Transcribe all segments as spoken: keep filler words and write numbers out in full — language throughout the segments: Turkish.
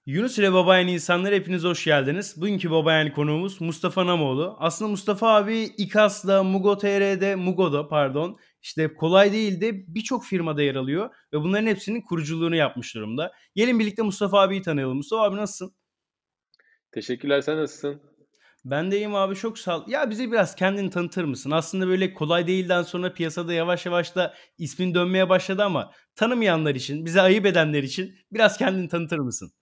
Yunus ile Babayan insanlar hepiniz hoş geldiniz. Bugünkü Babayan konuğumuz Mustafa Namoğlu. Aslında Mustafa abi İKAS'da, Mugo nokta T R'de, Mugo'da pardon, işte kolay değil de birçok firmada yer alıyor ve bunların hepsinin kuruculuğunu yapmış durumda. Gelin birlikte Mustafa abiyi tanıyalım. Mustafa abi nasılsın? Teşekkürler, sen nasılsın? Ben de iyiyim abi, çok sağ ol. Ya bize biraz kendini tanıtır mısın? Aslında böyle kolay değilden sonra piyasada yavaş yavaş da ismin dönmeye başladı ama tanımayanlar için, bize ayıp edenler için biraz kendini tanıtır mısın?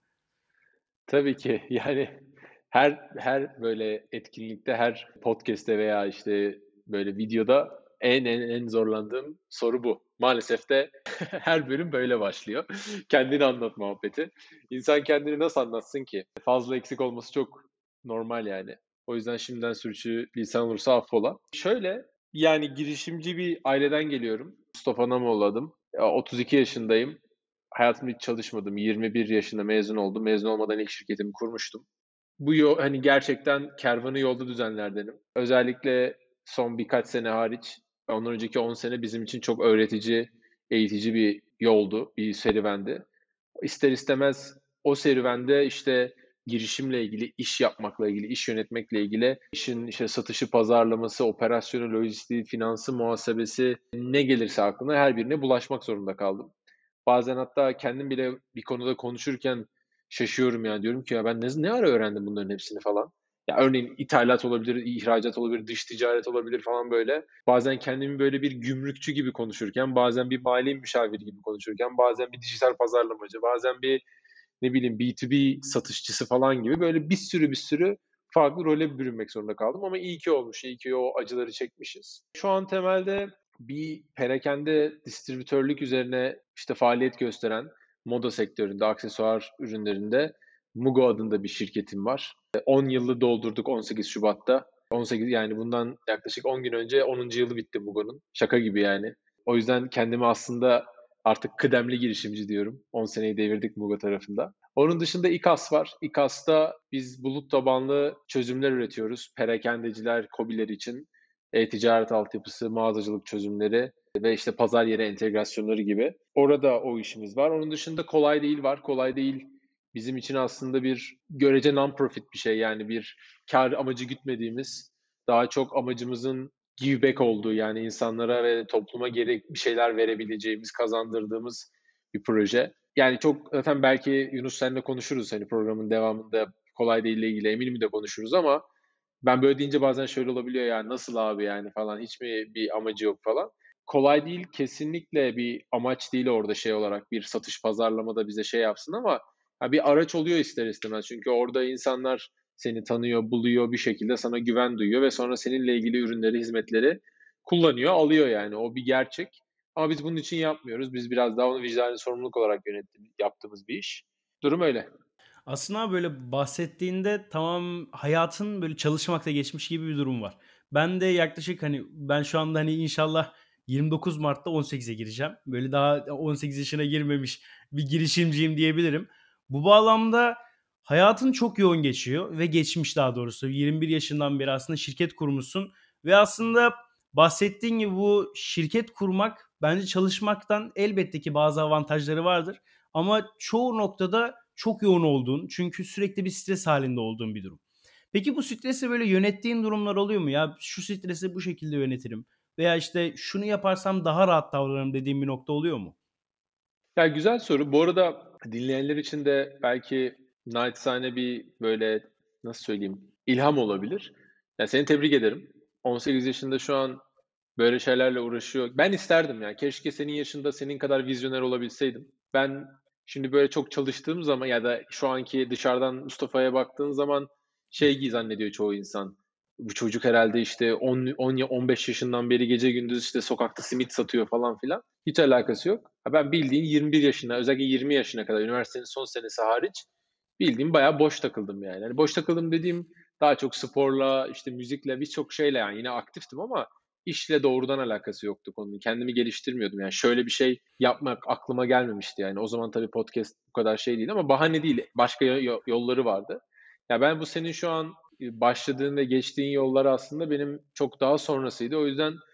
Tabii ki. Yani her her böyle etkinlikte, her podcast'te veya işte böyle videoda en en en zorlandığım soru bu. Maalesef de her bölüm böyle başlıyor. Kendini anlat muhabbeti. İnsan kendini nasıl anlatsın ki? Fazla eksik olması çok normal yani. O yüzden şimdiden sürçülisan olursa affola. Şöyle, yani girişimci bir aileden geliyorum. Mustafa Namoğlu adım. Ya, otuz iki yaşındayım. Hayatımda hiç çalışmadım. yirmi bir yaşında mezun oldum. Mezun olmadan ilk şirketimi kurmuştum. Bu yol, hani gerçekten kervanı yolda düzenlerdenim. Özellikle son birkaç sene hariç, ondan önceki on sene bizim için çok öğretici, eğitici bir yoldu, bir serüvendi. İster istemez o serüvende işte girişimle ilgili, iş yapmakla ilgili, iş yönetmekle ilgili, işin işte satışı, pazarlaması, operasyonu, lojistiği, finansı, muhasebesi ne gelirse aklına her birine bulaşmak zorunda kaldım. Bazen hatta kendim bile bir konuda konuşurken şaşıyorum ya. Diyorum ki ya ben ne, ne ara öğrendim bunların hepsini falan. Ya örneğin ithalat olabilir, ihracat olabilir, dış ticaret olabilir falan böyle. Bazen kendimi böyle bir gümrükçü gibi konuşurken, bazen bir mali müşaviri gibi konuşurken, bazen bir dijital pazarlamacı, bazen bir ne bileyim B iki B satışçısı falan gibi böyle bir sürü bir sürü farklı role bürünmek zorunda kaldım ama iyi ki olmuş, iyi ki o acıları çekmişiz. Şu an temelde bir perakende distribütörlük üzerine işte faaliyet gösteren moda sektöründe, aksesuar ürünlerinde Mugo adında bir şirketim var. on yılı doldurduk on sekiz Şubat'ta. on sekiz yani bundan yaklaşık on gün önce onuncu yılı bitti Mugo'nun. Şaka gibi yani. O yüzden kendimi aslında artık kıdemli girişimci diyorum. on seneyi devirdik Mugo tarafında. Onun dışında İKAS var. İKAS'ta biz bulut tabanlı çözümler üretiyoruz. Perakendeciler, KOBİ'ler için e-ticaret altyapısı, mağazacılık çözümleri ve işte pazar yeri entegrasyonları gibi. Orada o işimiz var. Onun dışında kolay değil var. Kolay değil bizim için aslında bir görece non-profit bir şey. Yani bir kar amacı gütmediğimiz, daha çok amacımızın give back olduğu, yani insanlara ve topluma geri bir şeyler verebileceğimiz, kazandırdığımız bir proje. Yani çok zaten belki Yunus senle konuşuruz hani programın devamında kolay değil ile ilgili eminim de konuşuruz ama ben böyle deyince bazen şöyle olabiliyor yani nasıl abi yani falan hiç mi bir amacı yok falan. Kolay değil, kesinlikle bir amaç değil orada şey olarak bir satış pazarlamada bize şey yapsın ama ya bir araç oluyor ister istemez. Çünkü orada insanlar seni tanıyor, buluyor, bir şekilde sana güven duyuyor ve sonra seninle ilgili ürünleri, hizmetleri kullanıyor, alıyor yani. O bir gerçek. Ama biz bunun için yapmıyoruz. Biz biraz daha onu vicdani sorumluluk olarak yönettiğimiz, yaptığımız bir iş. Durum öyle. Aslında böyle bahsettiğinde tamam, hayatın böyle çalışmakla geçmiş gibi bir durum var. Ben de yaklaşık, hani, ben şu anda, hani, inşallah yirmi dokuz Mart'ta on sekize gireceğim. Böyle daha on sekiz yaşına girmemiş bir girişimciyim diyebilirim. Bu bağlamda hayatın çok yoğun geçiyor ve geçmiş daha doğrusu. yirmi bir yaşından beri aslında şirket kurmuşsun ve aslında bahsettiğin gibi bu şirket kurmak bence çalışmaktan elbette ki bazı avantajları vardır ama çoğu noktada çok yoğun olduğun, çünkü sürekli bir stres halinde olduğun bir durum. Peki bu stresi böyle yönettiğin durumlar oluyor mu? Ya, şu stresi bu şekilde yönetirim veya, işte, şunu yaparsam daha rahat davranırım dediğin bir nokta oluyor mu? Ya güzel soru. Bu arada dinleyenler için de belki naçizane bir böyle nasıl söyleyeyim ilham olabilir. Ya seni tebrik ederim. on sekiz yaşında şu an böyle şeylerle uğraşıyor. Ben isterdim ya. Keşke senin yaşında senin kadar vizyoner olabilseydim. Ben şimdi böyle çok çalıştığım zaman ya da şu anki dışarıdan Mustafa'ya baktığın zaman şey zannediyor çoğu insan. Bu çocuk herhalde işte on, on ya on beş yaşından beri gece gündüz işte sokakta simit satıyor falan filan. Hiç alakası yok. Ha, ben bildiğin yirmi bir yaşına, özellikle yirmi yaşına kadar üniversitenin son senesi hariç bildiğim bayağı boş takıldım yani. Yani boş takıldım dediğim daha çok sporla, işte müzikle, birçok şeyle yani yine aktiftim ama işle doğrudan alakası yoktu konunun. Kendimi geliştirmiyordum. Yani şöyle bir şey yapmak aklıma gelmemişti yani. O zaman tabii podcast bu kadar şey değil ama bahane değil. Başka yo- yolları vardı. Ya ben bu senin şu an başladığın ve geçtiğin yollar aslında benim çok daha sonrasıydı. O yüzden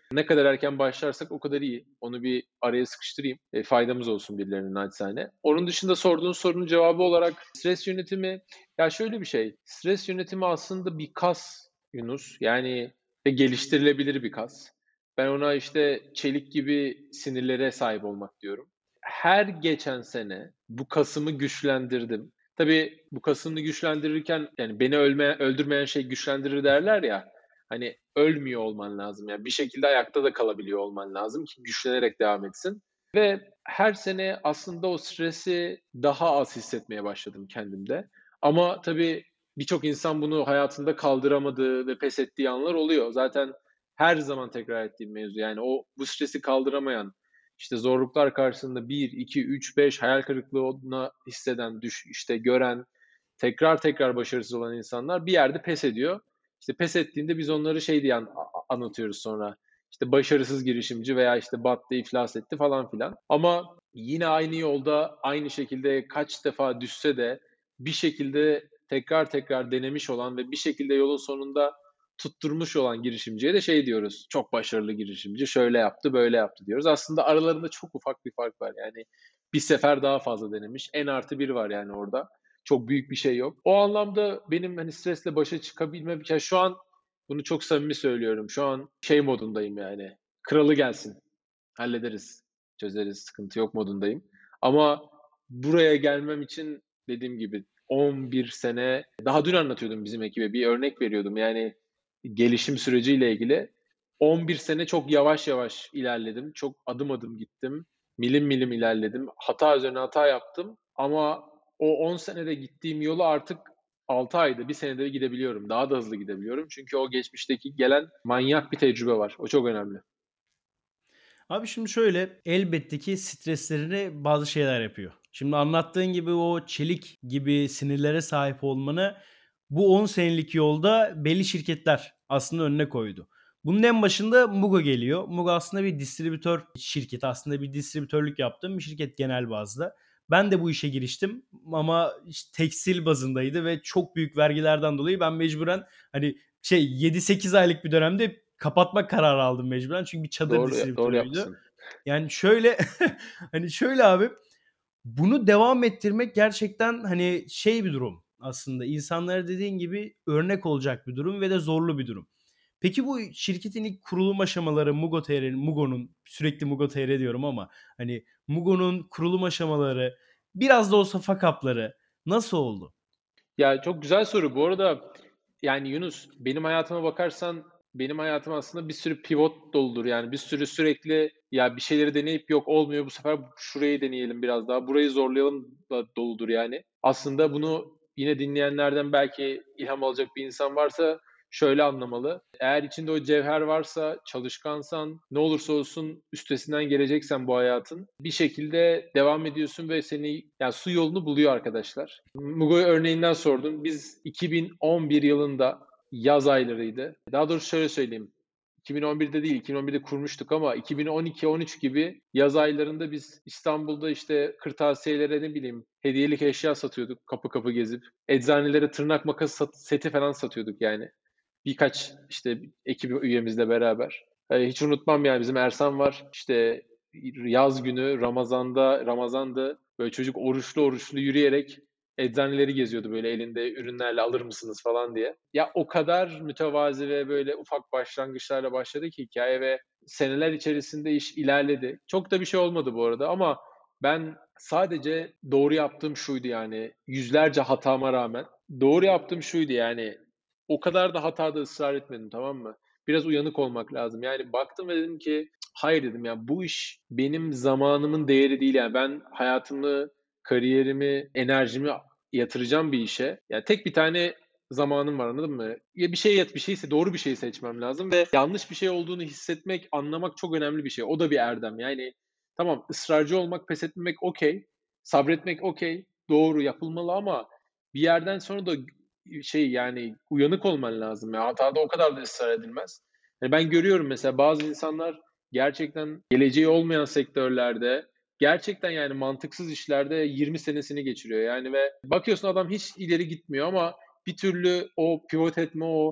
Ne kadar erken başlarsak o kadar iyi. Onu bir araya sıkıştırayım. E, faydamız olsun birilerine naçizane. Onun dışında sorduğun sorunun cevabı olarak stres yönetimi, ya şöyle bir şey. Stres yönetimi aslında bir kas Yunus. Yani ve geliştirilebilir bir kas. Ben ona işte çelik gibi sinirlere sahip olmak diyorum. Her geçen sene bu kasımı güçlendirdim. Tabii bu kasını güçlendirirken yani beni ölme, öldürmeyen şey güçlendirir derler ya. Hani ölmüyor olman lazım. Yani bir şekilde ayakta da kalabiliyor olman lazım ki güçlenerek devam etsin. Ve her sene aslında o stresi daha az hissetmeye başladım kendimde. Ama tabii birçok insan bunu hayatında kaldıramadığı ve pes ettiği anlar oluyor. Zaten her zaman tekrar ettiğim mevzu. Yani o bu stresi kaldıramayan, işte zorluklar karşısında bir, iki, üç, beş hayal kırıklığına hisseden, düş, işte gören, tekrar tekrar başarısız olan insanlar bir yerde pes ediyor. İşte pes ettiğinde biz onları şey diye an- anlatıyoruz sonra. İşte başarısız girişimci veya işte battı, iflas etti falan filan. Ama yine aynı yolda aynı şekilde kaç defa düşse de bir şekilde tekrar tekrar denemiş olan ve bir şekilde yolun sonunda tutturmuş olan girişimciye de şey diyoruz. Çok başarılı girişimci, şöyle yaptı, böyle yaptı diyoruz. Aslında aralarında çok ufak bir fark var. Yani bir sefer daha fazla denemiş. En artı bir var yani orada. Çok büyük bir şey yok. O anlamda benim hani stresle başa çıkabilmem, ya şu an bunu çok samimi söylüyorum. Şu an şey modundayım yani. Kralı gelsin. Hallederiz. Çözeriz. Sıkıntı yok modundayım. Ama buraya gelmem için dediğim gibi on bir sene, daha dün anlatıyordum bizim ekibe, bir örnek veriyordum. Yani gelişim süreciyle ilgili on bir sene çok yavaş yavaş ilerledim. Çok adım adım gittim. Milim milim ilerledim. Hata üzerine hata yaptım. Ama o on senede gittiğim yolu artık altı ayda, bir senede gidebiliyorum. Daha da hızlı gidebiliyorum. Çünkü o geçmişteki gelen manyak bir tecrübe var. O çok önemli. Abi şimdi şöyle, elbette ki streslerini bazı şeyler yapıyor. Şimdi anlattığın gibi o çelik gibi sinirlere sahip olmanı bu on senelik yolda belli şirketler aslında önüne koydu. Bunun en başında Mugo geliyor. Mugo aslında bir distribütör şirketi. Aslında bir distribütörlük yaptığım bir şirket genel bazda. Ben de bu işe giriştim ama işte tekstil bazındaydı ve çok büyük vergilerden dolayı ben mecburen hani şey yedi sekiz aylık bir dönemde kapatma kararı aldım mecburen. Çünkü bir çadır Doğru, doğru distribütörüydü. yapmışsın. Yani şöyle hani şöyle abi, bunu devam ettirmek gerçekten hani şey bir durum aslında. İnsanlara dediğin gibi örnek olacak bir durum ve de zorlu bir durum. Peki bu şirketin ilk kurulum aşamaları Mugo T R'nin, Mugo'nun sürekli Mugo T R diyorum ama hani Mugo'nun kurulum aşamaları, biraz da olsa fuck up'ları nasıl oldu? Ya çok güzel soru. Bu arada yani Yunus, benim hayatıma bakarsan benim hayatım aslında bir sürü pivot doludur. Yani bir sürü sürekli ya bir şeyleri deneyip yok olmuyor bu sefer şurayı deneyelim biraz daha burayı zorlayalım da doludur yani. Aslında bunu yine dinleyenlerden belki ilham alacak bir insan varsa şöyle anlamalı. Eğer içinde o cevher varsa, çalışkansan, ne olursa olsun üstesinden geleceksen bu hayatın bir şekilde devam ediyorsun ve seni yani su yolunu buluyor arkadaşlar. Mugo örneğinden sordun. Biz iki bin on bir yılında yaz aylarıydı. Daha doğrusu şöyle söyleyeyim. iki bin on birde değil, iki bin on birde kurmuştuk ama iki bin on iki on üç gibi yaz aylarında biz İstanbul'da işte kırtasiyelere ne bileyim hediyelik eşya satıyorduk kapı kapı gezip. Eczanelere tırnak makas sat- seti falan satıyorduk yani. Birkaç işte ekip üyemizle beraber. Ee, hiç unutmam yani bizim Ersan var. İşte yaz günü Ramazan'da Ramazan'dı. Böyle çocuk oruçlu oruçlu yürüyerek eczaneleri geziyordu böyle elinde ürünlerle alır mısınız falan diye. Ya o kadar mütevazi ve böyle ufak başlangıçlarla başladı ki hikaye ve seneler içerisinde iş ilerledi. Çok da bir şey olmadı bu arada ama ben sadece doğru yaptığım şuydu yani yüzlerce hatama rağmen doğru yaptığım şuydu yani o kadar da hatada ısrar etmedim, tamam mı? Biraz uyanık olmak lazım. Yani baktım ve dedim ki hayır dedim ya bu iş benim zamanımın değeri değil yani ben hayatımı, kariyerimi, enerjimi yatıracağım bir işe. Yani tek bir tane zamanım var, anladın mı? Ya bir şey yat bir şeyse doğru bir şey seçmem lazım ve yanlış bir şey olduğunu hissetmek, anlamak çok önemli bir şey. O da bir erdem. Yani tamam ısrarcı olmak, pes etmemek okey. Sabretmek okey. Doğru yapılmalı ama bir yerden sonra da şey yani uyanık olman lazım ya. Hatada o kadar da ısrar edilmez. Yani ben görüyorum mesela bazı insanlar gerçekten geleceği olmayan sektörlerde gerçekten yani mantıksız işlerde yirmi senesini geçiriyor. Yani ve bakıyorsun adam hiç ileri gitmiyor ama bir türlü o pivot etme, o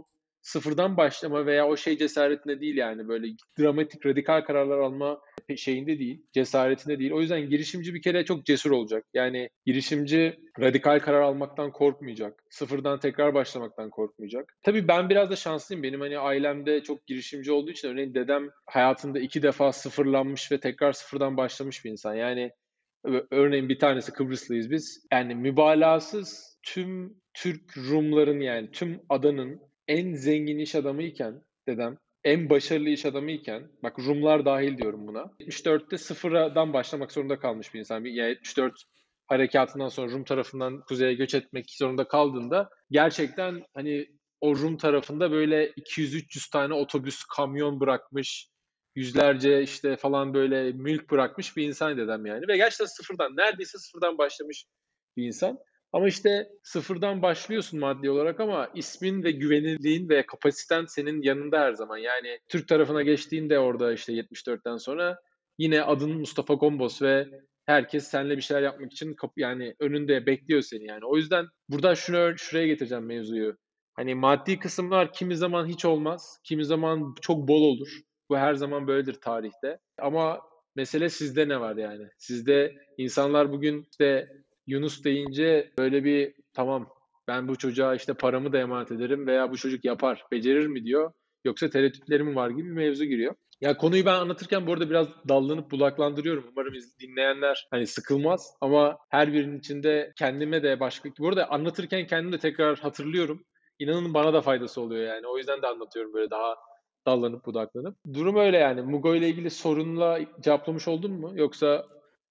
sıfırdan başlama veya o şey cesaretinde değil yani böyle dramatik, radikal kararlar alma şeyinde değil, cesaretinde değil. O yüzden girişimci bir kere çok cesur olacak. Yani girişimci radikal karar almaktan korkmayacak. Sıfırdan tekrar başlamaktan korkmayacak. Tabii ben biraz da şanslıyım. Benim hani ailemde çok girişimci olduğu için örneğin dedem hayatında iki defa sıfırlanmış ve tekrar sıfırdan başlamış bir insan. Yani örneğin bir tanesi Kıbrıslıyız biz. Yani mübalağasız tüm Türk Rumların yani tüm adanın en zengin iş adamıyken dedem en başarılı iş adamıyken bak Rumlar dahil diyorum buna. yetmiş dörtte sıfırdan başlamak zorunda kalmış bir insan. Yani yetmiş dört harekatından sonra Rum tarafından kuzeye göç etmek zorunda kaldığında gerçekten hani o Rum tarafında böyle iki yüz üç yüz tane otobüs, kamyon bırakmış, yüzlerce işte falan böyle mülk bırakmış bir insan dedem yani. Ve gerçekten sıfırdan, neredeyse sıfırdan başlamış bir insan. Ama işte sıfırdan başlıyorsun maddi olarak ama ismin ve güvenilirliğin ve kapasiten senin yanında her zaman. Yani Türk tarafına geçtiğinde orada işte yetmiş dörtten sonra yine adın Mustafa Gombos ve herkes seninle bir şeyler yapmak için kapı, yani önünde bekliyor seni yani. O yüzden buradan şunu şuraya getireceğim mevzuyu. Hani maddi kısımlar kimi zaman hiç olmaz, kimi zaman çok bol olur. Bu her zaman böyledir tarihte. Ama mesele sizde ne var yani? Sizde insanlar bugün işte Yunus deyince böyle bir tamam ben bu çocuğa işte paramı da emanet ederim veya bu çocuk yapar, becerir mi diyor. Yoksa tereddütlerim mi var gibi bir mevzu giriyor. Ya konuyu ben anlatırken bu arada biraz dallanıp budaklandırıyorum. Umarım dinleyenler hani sıkılmaz ama her birinin içinde kendime de başka... Bu arada anlatırken kendim de tekrar hatırlıyorum. İnanın bana da faydası oluyor yani. O yüzden de anlatıyorum böyle daha dallanıp budaklanıp. Durum öyle yani. Mugo ile ilgili sorunla cevaplamış oldun mu? Yoksa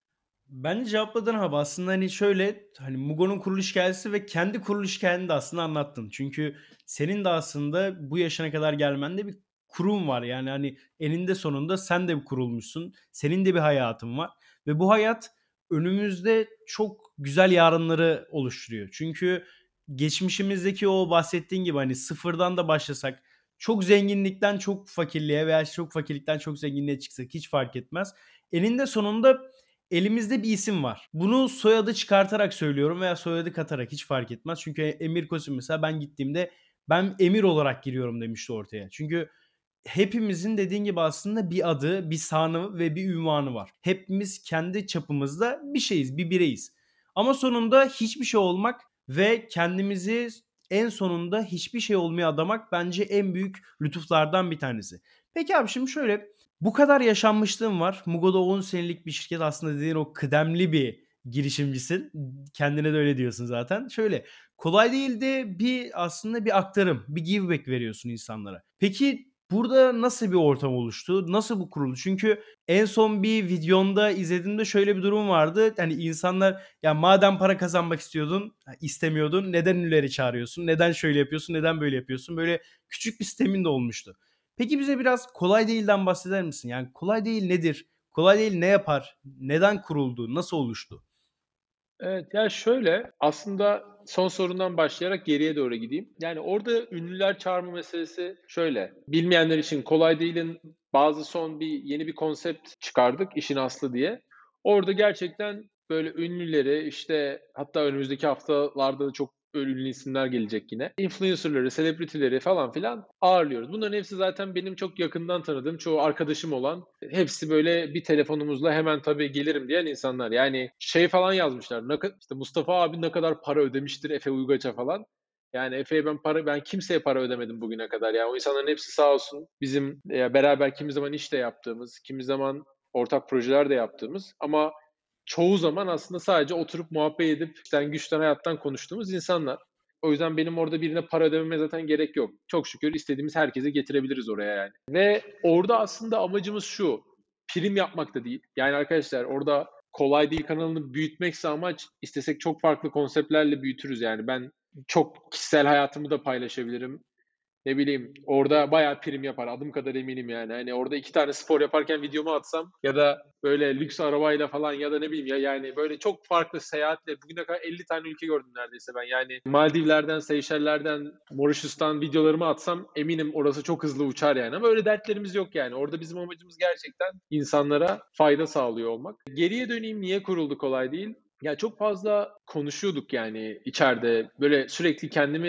Bence cevapladın abi. Aslında hani şöyle hani Mugo'nun kuruluş hikâyesi ve kendi kuruluş hikâyeni de aslında anlattın. Çünkü senin de aslında bu yaşına kadar gelmende bir kurum var. Yani hani eninde sonunda sen de bir kurulmuşsun. Senin de bir hayatın var ve bu hayat önümüzde çok güzel yarınları oluşturuyor. Çünkü geçmişimizdeki o bahsettiğin gibi hani sıfırdan da başlasak, çok zenginlikten çok fakirliğe veya çok fakirlikten çok zenginliğe çıksak hiç fark etmez. Eninde sonunda elimizde bir isim var. Bunu soyadı çıkartarak söylüyorum veya soyadı katarak hiç fark etmez. Çünkü Emir Kosun mesela ben gittiğimde ben Emir olarak giriyorum demişti ortaya. Çünkü hepimizin dediğin gibi aslında bir adı, bir sanı ve bir ünvanı var. Hepimiz kendi çapımızda bir şeyiz, bir bireyiz. Ama sonunda hiçbir şey olmak ve kendimizi en sonunda hiçbir şey olmaya adamak bence en büyük lütuflardan bir tanesi. Peki abi şimdi şöyle bu kadar yaşanmışlığın var. Mugo'da on senelik bir şirket aslında dediğin o kıdemli bir girişimcisin. Kendine de öyle diyorsun zaten. Şöyle kolay değil de bir aslında bir aktarım, bir give back veriyorsun insanlara. Peki burada nasıl bir ortam oluştu? Nasıl bu kuruldu? Çünkü en son bir videonda izlediğimde şöyle bir durum vardı. Hani insanlar ya madem para kazanmak istiyordun, istemiyordun, neden ünlüleri çağırıyorsun? Neden şöyle yapıyorsun? Neden böyle yapıyorsun? Böyle küçük bir sistemin de olmuştu. Peki bize biraz Kolay Değil'den bahseder misin? Yani Kolay Değil nedir? Kolay Değil ne yapar? Neden kuruldu? Nasıl oluştu? evet ya şöyle aslında son sorundan başlayarak geriye doğru gideyim. Yani orada ünlüler çağırma meselesi şöyle. Bilmeyenler için kolay değilin bazı son bir yeni bir konsept çıkardık işin aslı diye. Orada gerçekten böyle ünlüleri işte hatta önümüzdeki haftalarda da çok ünlü isimler gelecek yine. Influencer'ları, celebrity'leri falan filan ağırlıyoruz. Bunların hepsi zaten benim çok yakından tanıdığım çoğu arkadaşım olan hepsi böyle bir telefonumuzla hemen tabii gelirim diyen insanlar. Yani şey falan yazmışlar. Ne, işte Mustafa abi ne kadar para ödemiştir Efe Uygaç'a falan. Yani Efe'ye ben para ben kimseye para ödemedim bugüne kadar. Yani o insanların hepsi sağ olsun bizim ya beraber kimi zaman iş de yaptığımız, kimi zaman ortak projeler de yaptığımız ama çoğu zaman aslında sadece oturup muhabbet edip işten güçten hayattan konuştuğumuz insanlar. O yüzden benim orada birine para ödememe zaten gerek yok. Çok şükür istediğimiz herkesi getirebiliriz oraya yani. Ve orada aslında amacımız şu. Prim yapmak da değil. Yani arkadaşlar orada kolay değil kanalını büyütmekse amaç istesek çok farklı konseptlerle büyütürüz yani. Ben çok kişisel hayatımı da paylaşabilirim. Ne bileyim orada bayağı prim yapar adım kadar eminim yani. Hani orada iki tane spor yaparken videomu atsam ya da böyle lüks arabayla falan ya da ne bileyim ya yani böyle çok farklı seyahatle bugüne kadar elli tane ülke gördüm neredeyse ben. Yani Maldivler'den, Seyşeller'den, Mauritius'tan videolarımı atsam eminim orası çok hızlı uçar yani. Ama öyle dertlerimiz yok yani. Orada bizim amacımız gerçekten insanlara fayda sağlıyor olmak. Geriye döneyim niye kuruldu kolay değil. Ya çok fazla konuşuyorduk yani içeride. Böyle sürekli kendimi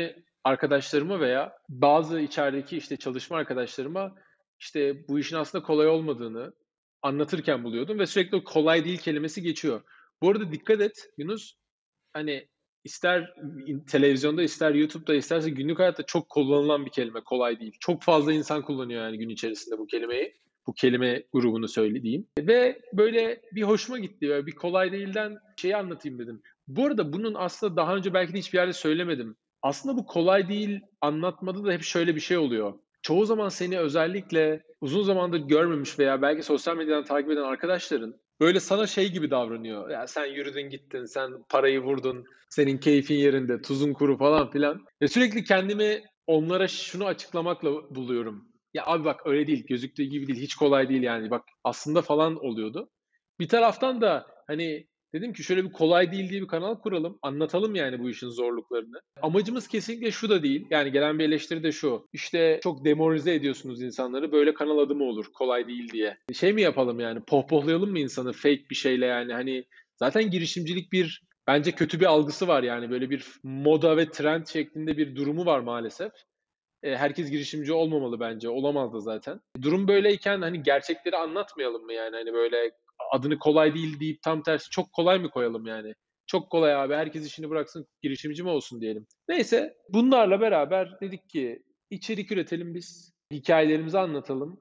arkadaşlarıma veya bazı içerideki işte çalışma arkadaşlarıma işte bu işin aslında kolay olmadığını anlatırken buluyordum ve sürekli o kolay değil kelimesi geçiyor. Bu arada dikkat et Yunus, hani ister televizyonda ister YouTube'da isterse günlük hayatta çok kullanılan bir kelime kolay değil. Çok fazla insan kullanıyor yani gün içerisinde bu kelimeyi. Bu kelime grubunu söylediğim. Ve böyle bir hoşuma gitti. Böyle bir kolay değilden şeyi anlatayım dedim. Bu arada bunun aslında daha önce belki de hiçbir yerde söylemedim. Aslında bu kolay değil anlatmada da hep şöyle bir şey oluyor. Çoğu zaman seni özellikle uzun zamandır görmemiş veya belki sosyal medyadan takip eden arkadaşların böyle sana şey gibi davranıyor. Ya sen yürüdün gittin, sen parayı vurdun, senin keyfin yerinde, tuzun kuru falan filan. Ve sürekli kendimi onlara şunu açıklamakla buluyorum. Ya abi bak öyle değil, gözüktüğü gibi değil, hiç kolay değil yani. Bak aslında falan oluyordu. Bir taraftan da hani dedim ki şöyle bir kolay değil diye bir kanal kuralım, anlatalım yani bu işin zorluklarını. Amacımız kesinlikle şu da değil. Yani gelen bir eleştiri de şu. İşte çok demoralize ediyorsunuz insanları. Böyle kanal adı mı olur kolay değil diye. Şey mi yapalım yani pohpohlayalım mı insanı fake bir şeyle yani hani zaten girişimcilik bir bence kötü bir algısı var yani böyle bir moda ve trend şeklinde bir durumu var maalesef. E, herkes girişimci olmamalı bence. Olamaz da zaten. Durum böyleyken hani gerçekleri anlatmayalım mı yani hani böyle adını kolay değil deyip tam tersi çok kolay mı koyalım yani? Çok kolay abi herkes işini bıraksın girişimci mi olsun diyelim. Neyse bunlarla beraber dedik ki içerik üretelim biz. Hikayelerimizi anlatalım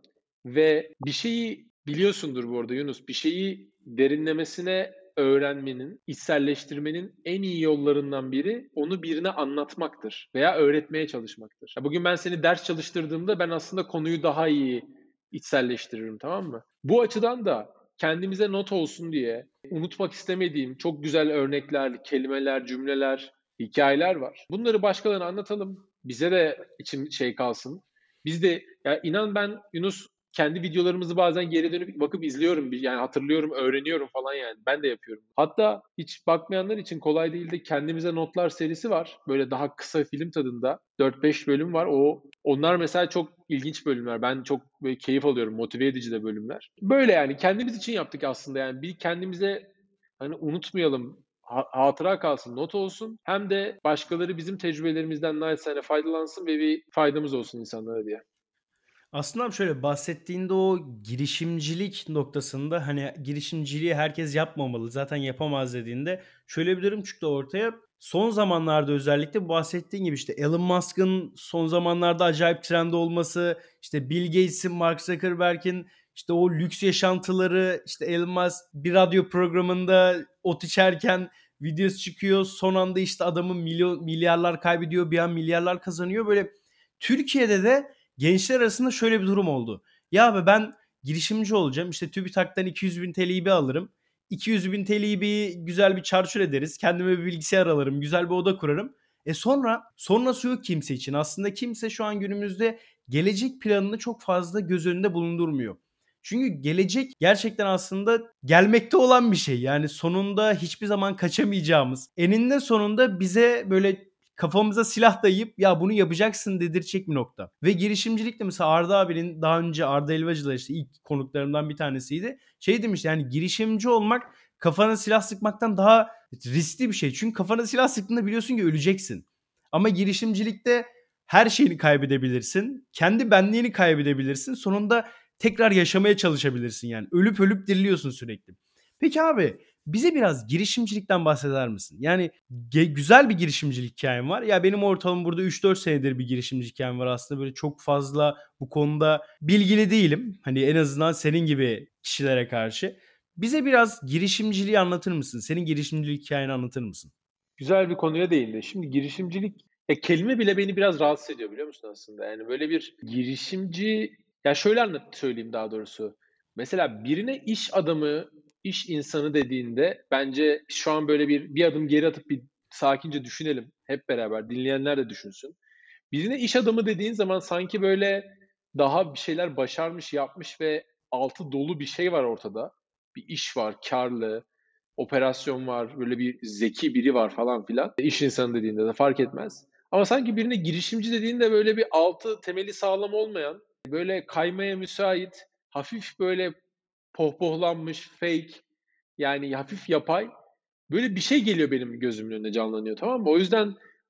ve bir şeyi biliyorsundur bu arada Yunus. Bir şeyi derinlemesine öğrenmenin, içselleştirmenin en iyi yollarından biri onu birine anlatmaktır veya öğretmeye çalışmaktır. Bugün ben seni ders çalıştırdığımda ben aslında konuyu daha iyi içselleştiririm, tamam mı? Bu açıdan da kendimize not olsun diye unutmak istemediğim çok güzel örnekler, kelimeler, cümleler, hikayeler var. Bunları başkalarına anlatalım. Bize de için şey kalsın. Biz de ya inan ben Yunus kendi videolarımızı bazen geri dönüp bakıp izliyorum. Yani hatırlıyorum, öğreniyorum falan yani. Ben de yapıyorum. Hatta hiç bakmayanlar için kolay değil de kendimize notlar serisi var. Böyle daha kısa film tadında. dört beş bölüm var. O onlar mesela çok ilginç bölümler. Ben çok böyle keyif alıyorum. Motive edici de bölümler. Böyle yani kendimiz için yaptık aslında yani. Bir kendimize hani unutmayalım hatıra kalsın, not olsun. Hem de başkaları bizim tecrübelerimizden naçizane faydalansın ve bir faydamız olsun insanlara diye. Aslında abi şöyle bahsettiğinde o girişimcilik noktasında hani girişimciliği herkes yapmamalı zaten yapamaz dediğinde şöyle bir durum çıktı ortaya. Son zamanlarda özellikle bahsettiğin gibi işte Elon Musk'ın son zamanlarda acayip trend olması, işte Bill Gates'in, Mark Zuckerberg'in işte o lüks yaşantıları, işte Elon Musk bir radyo programında ot içerken videosu çıkıyor. Son anda işte adamın milyon milyarlar kaybediyor, bir an milyarlar kazanıyor. Böyle Türkiye'de de gençler arasında şöyle bir durum oldu. Ya abi ben girişimci olacağım. İşte TÜBİTAK'tan iki yüz bin T L'yi bir alırım. iki yüz bin T L'yi bir güzel bir çarçur ederiz. Kendime bir bilgisayar alırım. Güzel bir oda kurarım. E sonra sonrası yok kimse için. Aslında kimse şu an günümüzde gelecek planını çok fazla göz önünde bulundurmuyor. Çünkü gelecek gerçekten aslında gelmekte olan bir şey. Yani sonunda hiçbir zaman kaçamayacağımız, eninde sonunda bize böyle kafamıza silah dayayıp ya bunu yapacaksın dedirtecek bir nokta. Ve girişimcilik de mesela Arda abinin daha önce Arda Elvacı'la işte ilk konuklarımdan bir tanesiydi. Şey demişti yani girişimci olmak kafana silah sıkmaktan daha riskli bir şey. Çünkü kafana silah sıktığında biliyorsun ki öleceksin. Ama girişimcilikte her şeyini kaybedebilirsin. Kendi benliğini kaybedebilirsin. Sonunda tekrar yaşamaya çalışabilirsin yani. Ölüp ölüp diriliyorsun sürekli. Peki abi bize biraz girişimcilikten bahseder misin? Yani ge güzel bir girişimcilik hikâyen var. Ya benim ortalama burada üç dört senedir bir girişimcilik hikâyem var aslında. Böyle çok fazla bu konuda bilgili değilim. Hani en azından senin gibi kişilere karşı. Bize biraz girişimciliği anlatır mısın? Senin girişimcilik hikâyeni anlatır mısın? Güzel bir konuya değindi. Şimdi girişimcilik, ya kelime bile beni biraz rahatsız ediyor biliyor musun aslında? Yani böyle bir girişimci, ya şöyle anlat söyleyeyim daha doğrusu. Mesela birine iş adamı, iş insanı dediğinde bence şu an böyle bir bir adım geri atıp bir sakince düşünelim. Hep beraber dinleyenler de düşünsün. Birine iş adamı dediğin zaman sanki böyle daha bir şeyler başarmış, yapmış ve altı dolu bir şey var ortada. Bir iş var, karlı, operasyon var, böyle bir zeki biri var falan filan. İş insanı dediğinde de fark etmez. Ama sanki birine girişimci dediğinde böyle bir altı temeli sağlam olmayan, böyle kaymaya müsait, hafif böyle pohpohlanmış, fake, yani hafif yapay böyle bir şey geliyor benim gözümün önüne canlanıyor, tamam mı? O yüzden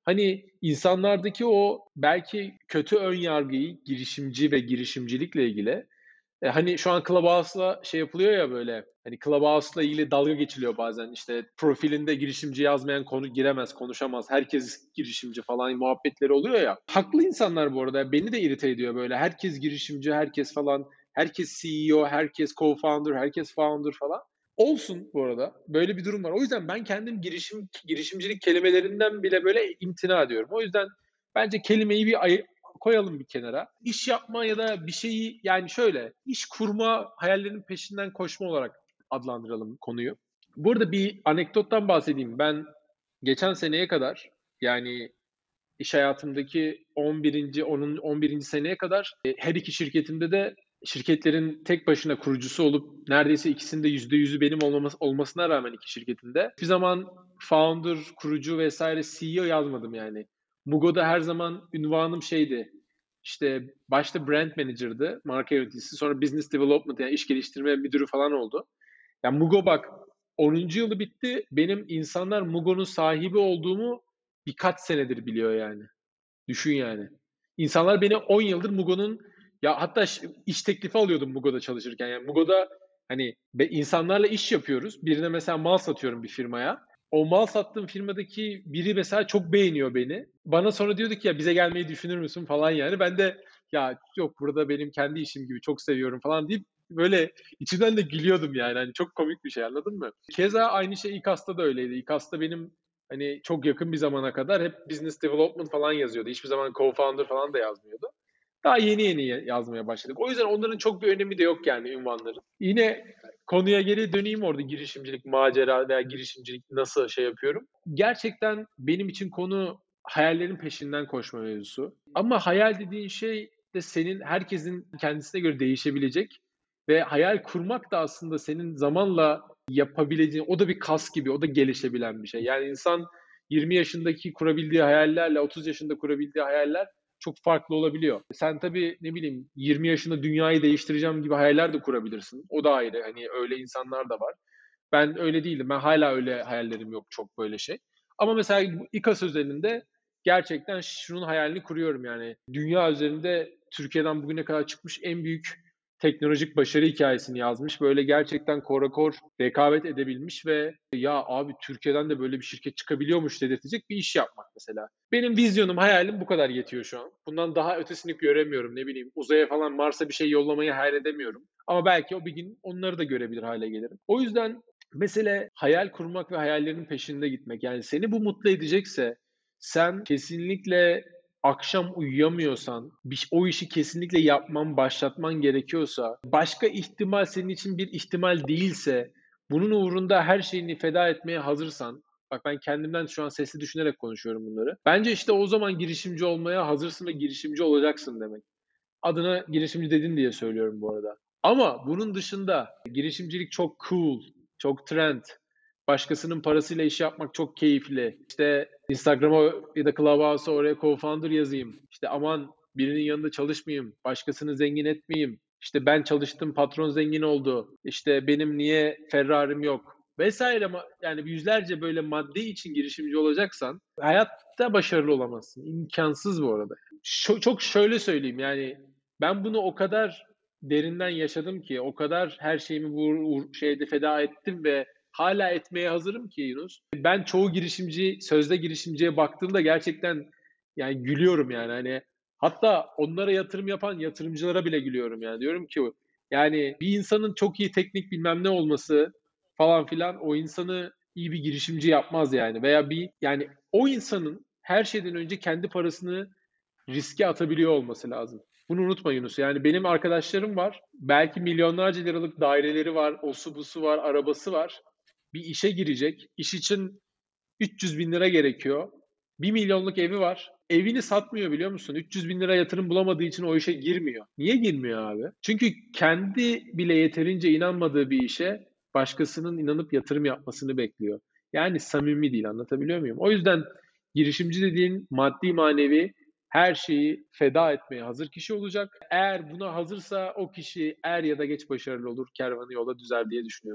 Hani insanlardaki o belki kötü ön yargıyı girişimci ve girişimcilikle ilgili, e, hani şu an Clubhouse'la şey yapılıyor ya böyle, hani Clubhouse'la ilgili dalga geçiliyor bazen. İşte profilinde girişimci yazmayan konu giremez, konuşamaz. Herkes girişimci falan muhabbetleri oluyor ya. Haklı insanlar bu arada. Beni de irite ediyor böyle. Herkes girişimci, herkes falan. Herkes C E O, herkes co-founder, herkes founder falan. Olsun bu arada. Böyle bir durum var. O yüzden ben kendim girişim girişimcilik kelimelerinden bile böyle imtina ediyorum. O yüzden bence kelimeyi bir ay- koyalım bir kenara. İş yapma ya da bir şeyi, yani şöyle, iş kurma, hayallerinin peşinden koşma olarak adlandıralım konuyu. Burada bir anekdottan bahsedeyim. Ben geçen seneye kadar, yani iş hayatımdaki on birinci onun on birinci seneye kadar e, her iki şirketimde de şirketlerin tek başına kurucusu olup neredeyse ikisinde yüzde yüzü benim olmaması, olmasına rağmen iki şirketimde hiçbir zaman founder, kurucu vesaire C E O yazmadım yani. Mugo'da her zaman ünvanım şeydi. İşte başta brand manager'dı, marka yöneticisi, sonra business development, yani iş geliştirme müdürü falan oldu. Yani Mugo bak, onuncu yılı bitti. Benim insanlar Mugo'nun sahibi olduğumu birkaç senedir biliyor yani. Düşün yani. İnsanlar beni on yıldır Mugo'nun, ya hatta iş teklifi alıyordum Mugo'da çalışırken. Yani Mugo'da hani insanlarla iş yapıyoruz. Birine mesela mal satıyorum bir firmaya. O mal sattığım firmadaki biri mesela çok beğeniyor beni. Bana sonra diyordu ki ya bize gelmeyi düşünür müsün falan yani. Ben de ya yok, burada benim kendi işim gibi, çok seviyorum falan deyip böyle içimden de gülüyordum yani. Hani çok komik bir şey, anladın mı? Keza aynı şey İKAS'ta da öyleydi. İKAS'ta benim hani çok yakın bir zamana kadar hep business development falan yazıyordu. Hiçbir zaman co-founder falan da yazmıyordu. Daha yeni yeni yazmaya başladık. O yüzden onların çok bir önemi de yok yani, ünvanların. Yine konuya geri döneyim, orada girişimcilik, macera veya girişimcilik nasıl şey yapıyorum. Gerçekten benim için konu hayallerin peşinden koşma mevzusu. Ama hayal dediğin şey de senin, herkesin kendisine göre değişebilecek ve hayal kurmak da aslında senin zamanla yapabileceğin, o da bir kas gibi, o da gelişebilen bir şey. Yani insan yirmi yaşındaki kurabildiği hayallerle otuz yaşında kurabildiği hayaller çok farklı olabiliyor. Sen tabii ne bileyim yirmi yaşında dünyayı değiştireceğim gibi hayaller de kurabilirsin. O da ayrı. Hani öyle insanlar da var. Ben öyle değilim. Ben hala öyle hayallerim yok, çok böyle şey. Ama mesela bu İKAS özelinde gerçekten şunun hayalini kuruyorum yani. Dünya üzerinde Türkiye'den bugüne kadar çıkmış en büyük teknolojik başarı hikayesini yazmış. Böyle gerçekten korakor rekabet edebilmiş ve ya abi Türkiye'den de böyle bir şirket çıkabiliyormuş dedirtecek bir iş yapmak mesela. Benim vizyonum, hayalim bu kadar yetiyor şu an. Bundan daha ötesini göremiyorum, ne bileyim. Uzaya falan, Mars'a bir şey yollamayı hayal edemiyorum. Ama belki o bir gün onları da görebilir hale gelirim. O yüzden mesele hayal kurmak ve hayallerin peşinde gitmek. Yani seni bu mutlu edecekse, sen kesinlikle akşam uyuyamıyorsan, bir, o işi kesinlikle yapman, başlatman gerekiyorsa, başka ihtimal senin için bir ihtimal değilse, bunun uğrunda her şeyini feda etmeye hazırsan, bak ben kendimden şu an sesli düşünerek konuşuyorum bunları. Bence işte o zaman girişimci olmaya hazırsın ve girişimci olacaksın demek. Adına girişimci dedin diye söylüyorum bu arada. Ama bunun dışında girişimcilik çok cool, çok trend. Başkasının parasıyla iş yapmak çok keyifli. İşte Instagram'a ya da Clubhouse'a oraya co-founder yazayım. İşte aman birinin yanında çalışmayayım, başkasını zengin etmeyeyim. İşte ben çalıştım, patron zengin oldu. İşte benim niye Ferrari'm yok vesaire. Yani yüzlerce böyle madde için girişimci olacaksan hayatta başarılı olamazsın. İmkansız bu arada. Şu, çok şöyle söyleyeyim yani, ben bunu o kadar derinden yaşadım ki, o kadar her şeyimi bu şeyde feda ettim ve hala etmeye hazırım ki Yunus. Ben çoğu girişimci, sözde girişimciye baktığımda gerçekten yani gülüyorum yani, hani hatta onlara yatırım yapan yatırımcılara bile gülüyorum yani. Diyorum ki yani bir insanın çok iyi teknik bilmem ne olması falan filan o insanı iyi bir girişimci yapmaz yani. Veya bir, yani o insanın her şeyden önce kendi parasını riske atabiliyor olması lazım. Bunu unutma Yunus. Yani benim arkadaşlarım var. Belki milyonlarca liralık daireleri var, osu busu var, arabası var. Bir işe girecek. İş için üç yüz bin lira gerekiyor. Bir milyonluk evi var. Evini satmıyor, biliyor musun? üç yüz bin lira yatırım bulamadığı için o işe girmiyor. Niye girmiyor abi? Çünkü kendi bile yeterince inanmadığı bir işe başkasının inanıp yatırım yapmasını bekliyor. Yani samimi değil, anlatabiliyor muyum? O yüzden girişimci dediğin maddi manevi her şeyi feda etmeye hazır kişi olacak. Eğer buna hazırsa o kişi er ya da geç başarılı olur, kervanı yola düzer diye düşünüyorum.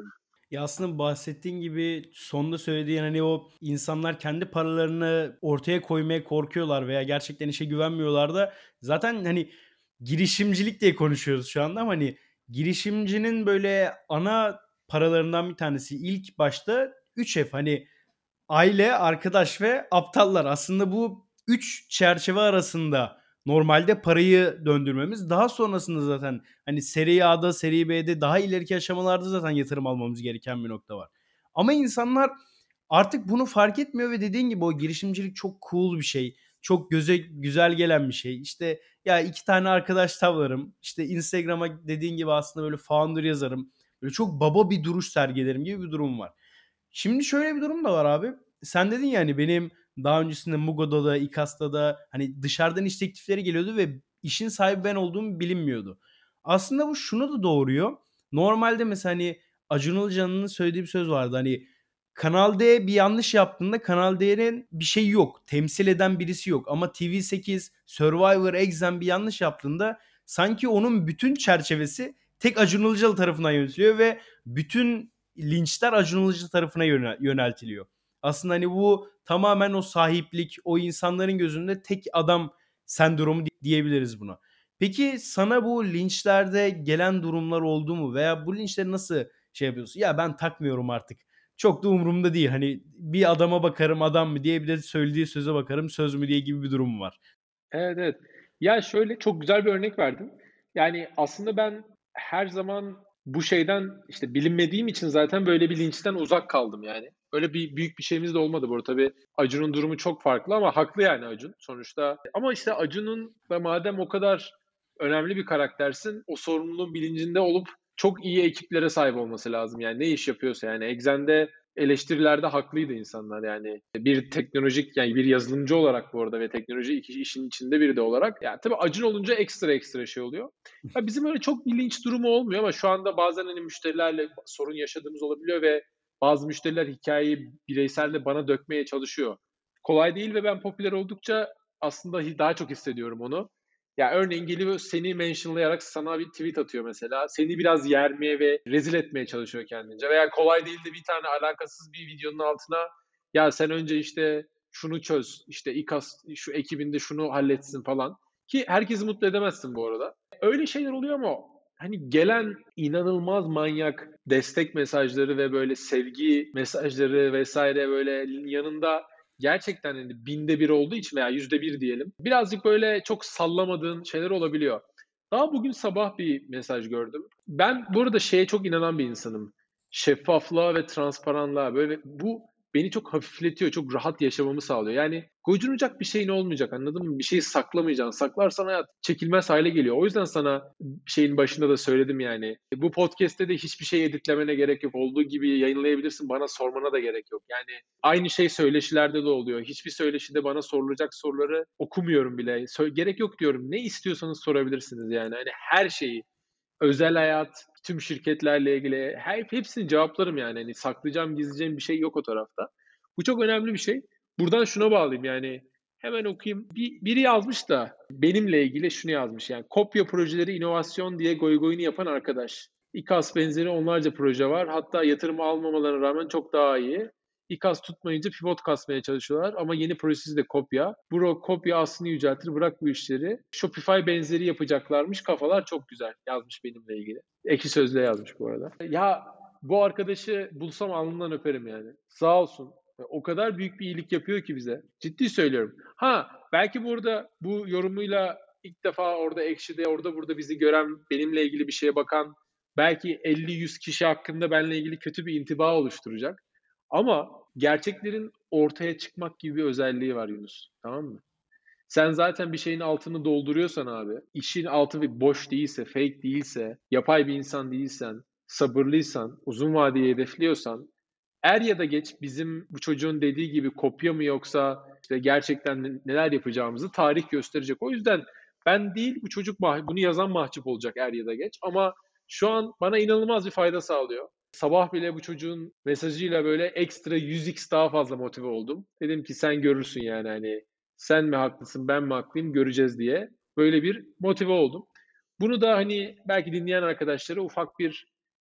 Ya, aslında bahsettiğin gibi sonda söylediğin, hani, o insanlar kendi paralarını ortaya koymaya korkuyorlar veya gerçekten işe güvenmiyorlar da zaten, hani, girişimcilik diye konuşuyoruz şu anda ama, hani, girişimcinin böyle ana paralarından bir tanesi ilk başta üç F, hani, aile, arkadaş ve aptallar. Aslında bu üç çerçeve arasında normalde parayı döndürmemiz, daha sonrasında zaten, hani, seri A'da, seri B'de daha ileriki aşamalarda zaten yatırım almamız gereken bir nokta var. Ama insanlar artık bunu fark etmiyor ve dediğin gibi o girişimcilik çok cool bir şey. Çok göze güzel gelen bir şey. İşte, ya iki tane arkadaş tavlarım, işte, Instagram'a dediğin gibi aslında böyle founder yazarım. Böyle çok baba bir duruş sergilerim gibi bir durum var. Şimdi şöyle bir durum da var abi. Sen dedin ya, hani, benim daha öncesinde Mugo'da da, İKAS'ta da, hani, dışarıdan iş teklifleri geliyordu ve işin sahibi ben olduğum bilinmiyordu. Aslında bu şunu da doğuruyor. Normalde mesela, hani, Acun Ilıcalı'nın söylediği bir söz vardı. Hani, Kanal D bir yanlış yaptığında Kanal D'nin bir şeyi yok. Temsil eden birisi yok. Ama T V sekiz, Survivor, Exxen bir yanlış yaptığında sanki onun bütün çerçevesi tek Acun Ilıcalı tarafından yönetiliyor ve bütün linçler Acun Ilıcalı tarafına yönel yöneltiliyor. Aslında, hani, bu tamamen o sahiplik, o insanların gözünde tek adam sendromu diyebiliriz buna. Peki sana bu linçlerde gelen durumlar oldu mu veya bu linçleri nasıl şey yapıyorsun? "Ya, ben takmıyorum artık. Çok da umurumda değil. Hani, bir adama bakarım adam mı diye bir de söylediği söze bakarım söz mü diye" gibi bir durum mu var? Evet, evet. Ya, şöyle, çok güzel bir örnek verdin. Yani, aslında ben her zaman bu şeyden, işte, bilinmediğim için zaten böyle bir linçten uzak kaldım yani. Öyle bir büyük bir şeyimiz de olmadı bu arada. Tabii Acun'un durumu çok farklı ama haklı yani Acun sonuçta. Ama, işte, Acun'un da madem o kadar önemli bir karaktersin, o sorumluluğun bilincinde olup çok iyi ekiplere sahip olması lazım. Yani ne iş yapıyorsa yani. Exxen'de eleştirilerde haklıydı insanlar yani. Bir teknolojik yani bir yazılımcı olarak bu arada ve teknoloji iki işin içinde biri de olarak. Ya tabii Acun olunca ekstra ekstra şey oluyor. Ya bizim öyle çok bir linç durumu olmuyor ama şu anda bazen hani müşterilerle sorun yaşadığımız olabiliyor ve bazı müşteriler hikayeyi bireysel de bana dökmeye çalışıyor. Kolay değil ve ben popüler oldukça aslında daha çok hissediyorum onu. Ya örneğin geliyor seni mentionlayarak sana bir tweet atıyor mesela. Seni biraz yermeye ve rezil etmeye çalışıyor kendince. Veya kolay değil de bir tane alakasız bir videonun altına ya sen önce işte şunu çöz, işte İKAS şu ekibinde şunu halletsin falan. Ki herkesi mutlu edemezsin bu arada. Öyle şeyler oluyor ama hani gelen inanılmaz manyak destek mesajları ve böyle sevgi mesajları vesaire böyle yanında gerçekten hani binde bir olduğu için veya yüzde bir diyelim. Birazcık böyle çok sallamadığın şeyler olabiliyor. Daha bugün sabah bir mesaj gördüm. Ben bu arada şeye çok inanan bir insanım. Şeffaflığa ve transparanlığa böyle bu beni çok hafifletiyor, çok rahat yaşamamı sağlıyor. Yani gocunacak bir şeyin olmayacak anladın mı? Bir şeyi saklamayacaksın. Saklarsan hayat çekilmez hale geliyor. O yüzden sana şeyin başında da söyledim yani. Bu podcast'te de hiçbir şey editlemene gerek yok. Olduğu gibi yayınlayabilirsin. Bana sormana da gerek yok. Yani aynı şey söyleşilerde de oluyor. Hiçbir söyleşide bana sorulacak soruları okumuyorum bile. Sö- gerek yok diyorum. Ne istiyorsanız sorabilirsiniz yani. Hani her şeyi, özel hayat, tüm şirketlerle ilgili her hepsini cevaplarım yani. Hani saklayacağım, gizleyeceğim bir şey yok o tarafta. Bu çok önemli bir şey. Buradan şuna bağlayayım yani. Hemen okuyayım. Bir, biri yazmış da benimle ilgili şunu yazmış yani. Kopya projeleri inovasyon diye goygoyunu yapan arkadaş. İKAS benzeri onlarca proje var. Hatta yatırım almamalarına rağmen çok daha iyi. İKAS tutmayınca pivot kasmaya çalışıyorlar ama yeni projesi de kopya. Bro kopya aslını yüceltir bırak bu işleri. Shopify benzeri yapacaklarmış kafalar çok güzel yazmış benimle ilgili. Ekşi Sözlüğe yazmış bu arada. Ya bu arkadaşı bulsam alnından öperim yani. Sağ olsun. O kadar büyük bir iyilik yapıyor ki bize. Ciddi söylüyorum. Ha belki burada bu yorumuyla ilk defa orada Ekşi'de orada burada bizi gören benimle ilgili bir şeye bakan belki elli yüz kişi hakkında benimle ilgili kötü bir intiba oluşturacak. Ama gerçeklerin ortaya çıkmak gibi bir özelliği var Yunus. Tamam mı? Sen zaten bir şeyin altını dolduruyorsan abi, işin altı bir boş değilse, fake değilse, yapay bir insan değilsen, sabırlıysan, uzun vadeyi hedefliyorsan, er ya da geç bizim bu çocuğun dediği gibi kopya mı yoksa işte gerçekten neler yapacağımızı tarih gösterecek. O yüzden ben değil bu çocuk bunu yazan mahcup olacak er ya da geç ama şu an bana inanılmaz bir fayda sağlıyor. Sabah bile bu çocuğun mesajıyla böyle ekstra yüz x daha fazla motive oldum. Dedim ki sen görürsün yani hani sen mi haklısın ben mi haklıyım göreceğiz diye. Böyle bir motive oldum. Bunu da hani belki dinleyen arkadaşlara ufak bir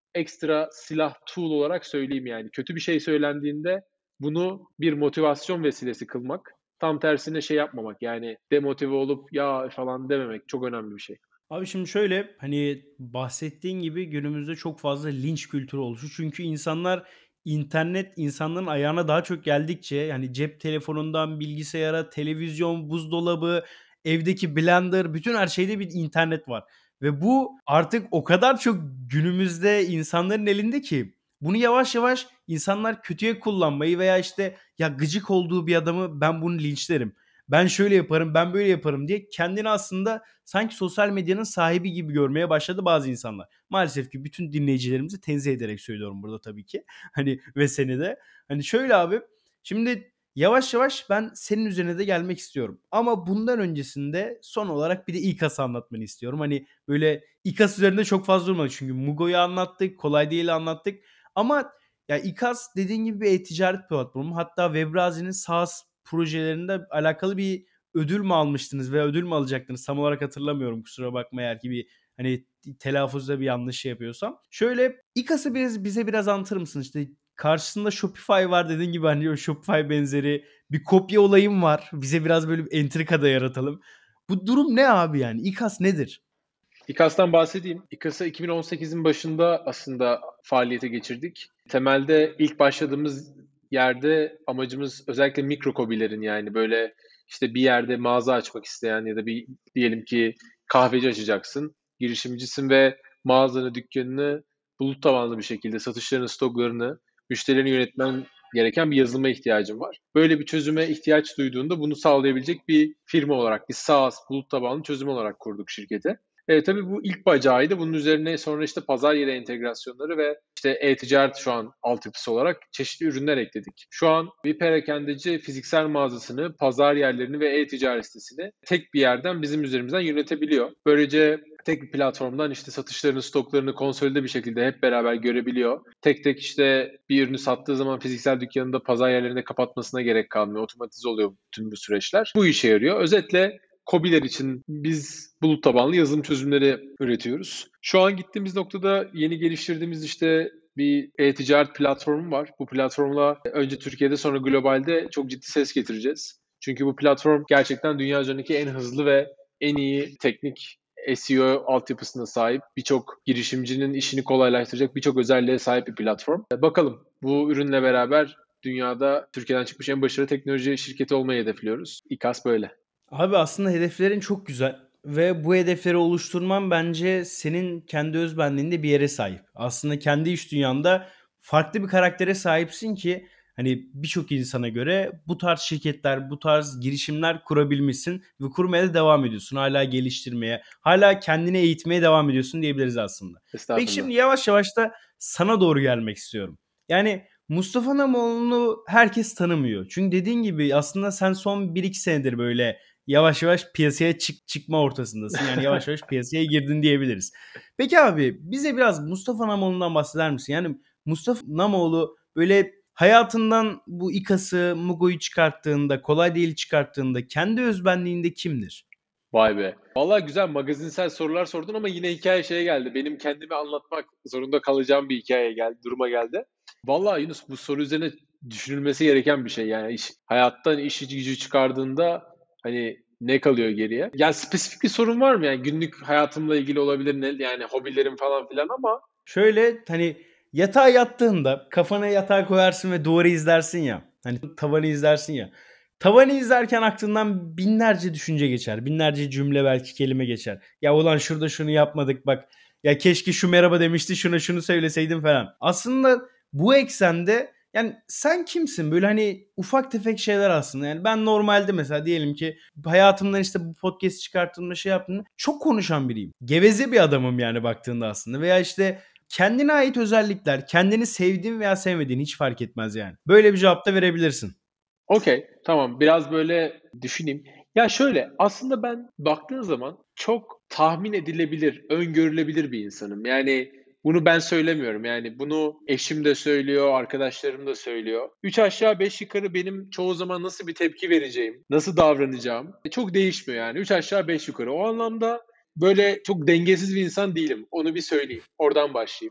ekstra silah, tool olarak söyleyeyim yani. Kötü bir şey söylendiğinde bunu bir motivasyon vesilesi kılmak. Tam tersine şey yapmamak yani demotive olup ya falan dememek çok önemli bir şey. Abi şimdi şöyle, hani, bahsettiğin gibi günümüzde çok fazla linç kültürü oluştu. Çünkü insanlar internet insanların ayağına daha çok geldikçe, yani, cep telefonundan bilgisayara, televizyon, buzdolabı, evdeki blender, bütün her şeyde bir internet var ve bu artık o kadar çok günümüzde insanların elinde ki bunu yavaş yavaş insanlar kötüye kullanmayı veya, işte, ya, gıcık olduğu bir adamı ben bunu linçlerim, ben şöyle yaparım, ben böyle yaparım diye kendini aslında sanki sosyal medyanın sahibi gibi görmeye başladı bazı insanlar. Maalesef ki bütün dinleyicilerimizi tenzih ederek söylüyorum burada tabii ki. Hani ve seni de. Hani şöyle abi, şimdi yavaş yavaş ben senin üzerine de gelmek istiyorum. Ama bundan öncesinde son olarak bir de İKAS'ı anlatmanı istiyorum. Hani böyle İKAS üzerinde çok fazla durmadık çünkü Mugo'yu anlattık, Kolay Değil'i anlattık. Ama ya İKAS dediğin gibi bir e-ticaret platformu. Hatta Webrazi'nin SaaS projelerinde alakalı bir ödül mü almıştınız veya ödül mü alacaktınız? Tam olarak hatırlamıyorum, kusura bakma eğer ki bir, hani, telaffuzda bir yanlış şey yapıyorsam. Şöyle, İKAS'ı biraz bize biraz anlatır mısın? İşte, karşısında Shopify var dediğin gibi, hani, o Shopify benzeri bir kopya olayım var. Bize biraz böyle bir entrika da yaratalım. Bu durum ne abi yani? İKAS nedir? İKAS'tan bahsedeyim. İKAS'ı iki bin on sekizin başında aslında faaliyete geçirdik. Temelde ilk başladığımız yerde amacımız özellikle mikro KOBİ'lerin yani böyle işte bir yerde mağaza açmak isteyen ya da bir diyelim ki kahveci açacaksın, girişimcisin ve mağazanı, dükkanını bulut tabanlı bir şekilde satışlarını, stoklarını, müşterilerini yönetmen gereken bir yazılıma ihtiyacın var. Böyle bir çözüme ihtiyaç duyduğunda bunu sağlayabilecek bir firma olarak, bir SaaS, bulut tabanlı çözüm olarak kurduk şirketi. E, tabii bu ilk bacağıydı. Bunun üzerine sonra işte pazar yeri entegrasyonları ve işte e-ticaret şu an altyapısı olarak çeşitli ürünler ekledik. Şu an bir perakendeci fiziksel mağazasını, pazar yerlerini ve e-ticaret sitesini tek bir yerden bizim üzerimizden yönetebiliyor. Böylece tek bir platformdan işte satışlarını, stoklarını konsolide bir şekilde hep beraber görebiliyor. Tek tek işte bir ürünü sattığı zaman fiziksel dükkanında pazar yerlerinde kapatmasına gerek kalmıyor. Otomatize oluyor bütün bu süreçler. Bu işe yarıyor. Özetle KOBİ'ler için biz bulut tabanlı yazılım çözümleri üretiyoruz. Şu an gittiğimiz noktada yeni geliştirdiğimiz işte bir e-ticaret platformu var. Bu platformla önce Türkiye'de sonra globalde çok ciddi ses getireceğiz. Çünkü bu platform gerçekten dünya üzerindeki en hızlı ve en iyi teknik S E O altyapısına sahip, birçok girişimcinin işini kolaylaştıracak birçok özelliğe sahip bir platform. Bakalım bu ürünle beraber dünyada Türkiye'den çıkmış en başarılı teknoloji şirketi olmayı hedefliyoruz. İKAS böyle. Abi aslında hedeflerin çok güzel ve bu hedefleri oluşturman bence senin kendi öz benliğinde bir yere sahip. Aslında kendi iş dünyanda farklı bir karaktere sahipsin ki hani birçok insana göre bu tarz şirketler, bu tarz girişimler kurabilmişsin ve kurmaya da devam ediyorsun. Hala geliştirmeye, hala kendini eğitmeye devam ediyorsun diyebiliriz aslında. Peki Estağfurullah. şimdi yavaş yavaş da sana doğru gelmek istiyorum. Yani Mustafa Namoğlu'nu herkes tanımıyor. Çünkü dediğin gibi aslında sen son bir iki senedir böyle yavaş yavaş piyasaya çık çıkma ortasındasın. Yani yavaş yavaş piyasaya girdin diyebiliriz. Peki abi bize biraz Mustafa Namoğlu'ndan bahseder misin? Yani Mustafa Namoğlu böyle hayatından bu İKAS'ı, Mugo'yu çıkarttığında, Kolay Değil'i çıkarttığında kendi özbenliğinde kimdir? Vay be. Vallahi güzel magazinsel sorular sordun ama yine hikaye şeye geldi. Benim kendimi anlatmak zorunda kalacağım bir hikaye geldi, duruma geldi. Vallahi Yunus bu soru üzerine düşünülmesi gereken bir şey. Yani iş, hayattan işi gücü çıkardığında hani ne kalıyor geriye? Yani spesifik bir sorun var mı? Yani günlük hayatımla ilgili olabilir ne, yani hobilerim falan filan ama Şöyle hani yatağa yattığında kafana yatağa koyarsın ve duvarı izlersin ya. Hani tavanı izlersin ya. Tavanı izlerken aklından binlerce düşünce geçer. Binlerce cümle belki kelime geçer. Ya ulan şurada şunu yapmadık bak. Ya keşke şu merhaba demişti şuna şunu söyleseydim falan. Aslında bu eksende yani sen kimsin? Böyle hani ufak tefek şeyler aslında. Yani ben normalde mesela diyelim ki hayatımdan işte bu podcast çıkarttığımda şey yaptığımda çok konuşan biriyim. Geveze bir adamım yani baktığında aslında. Veya işte kendine ait özellikler, kendini sevdiğin veya sevmediğin hiç fark etmez yani. Böyle bir cevap da verebilirsin. okey, tamam. Biraz böyle düşüneyim. Ya şöyle, aslında ben baktığın zaman çok tahmin edilebilir, öngörülebilir bir insanım. Yani bunu ben söylemiyorum. Yani bunu eşim de söylüyor, arkadaşlarım da söylüyor. Üç aşağı beş yukarı benim çoğu zaman nasıl bir tepki vereceğim, nasıl davranacağım e, çok değişmiyor yani. Üç aşağı beş yukarı. O anlamda böyle çok dengesiz bir insan değilim. Onu bir söyleyeyim. Oradan başlayayım.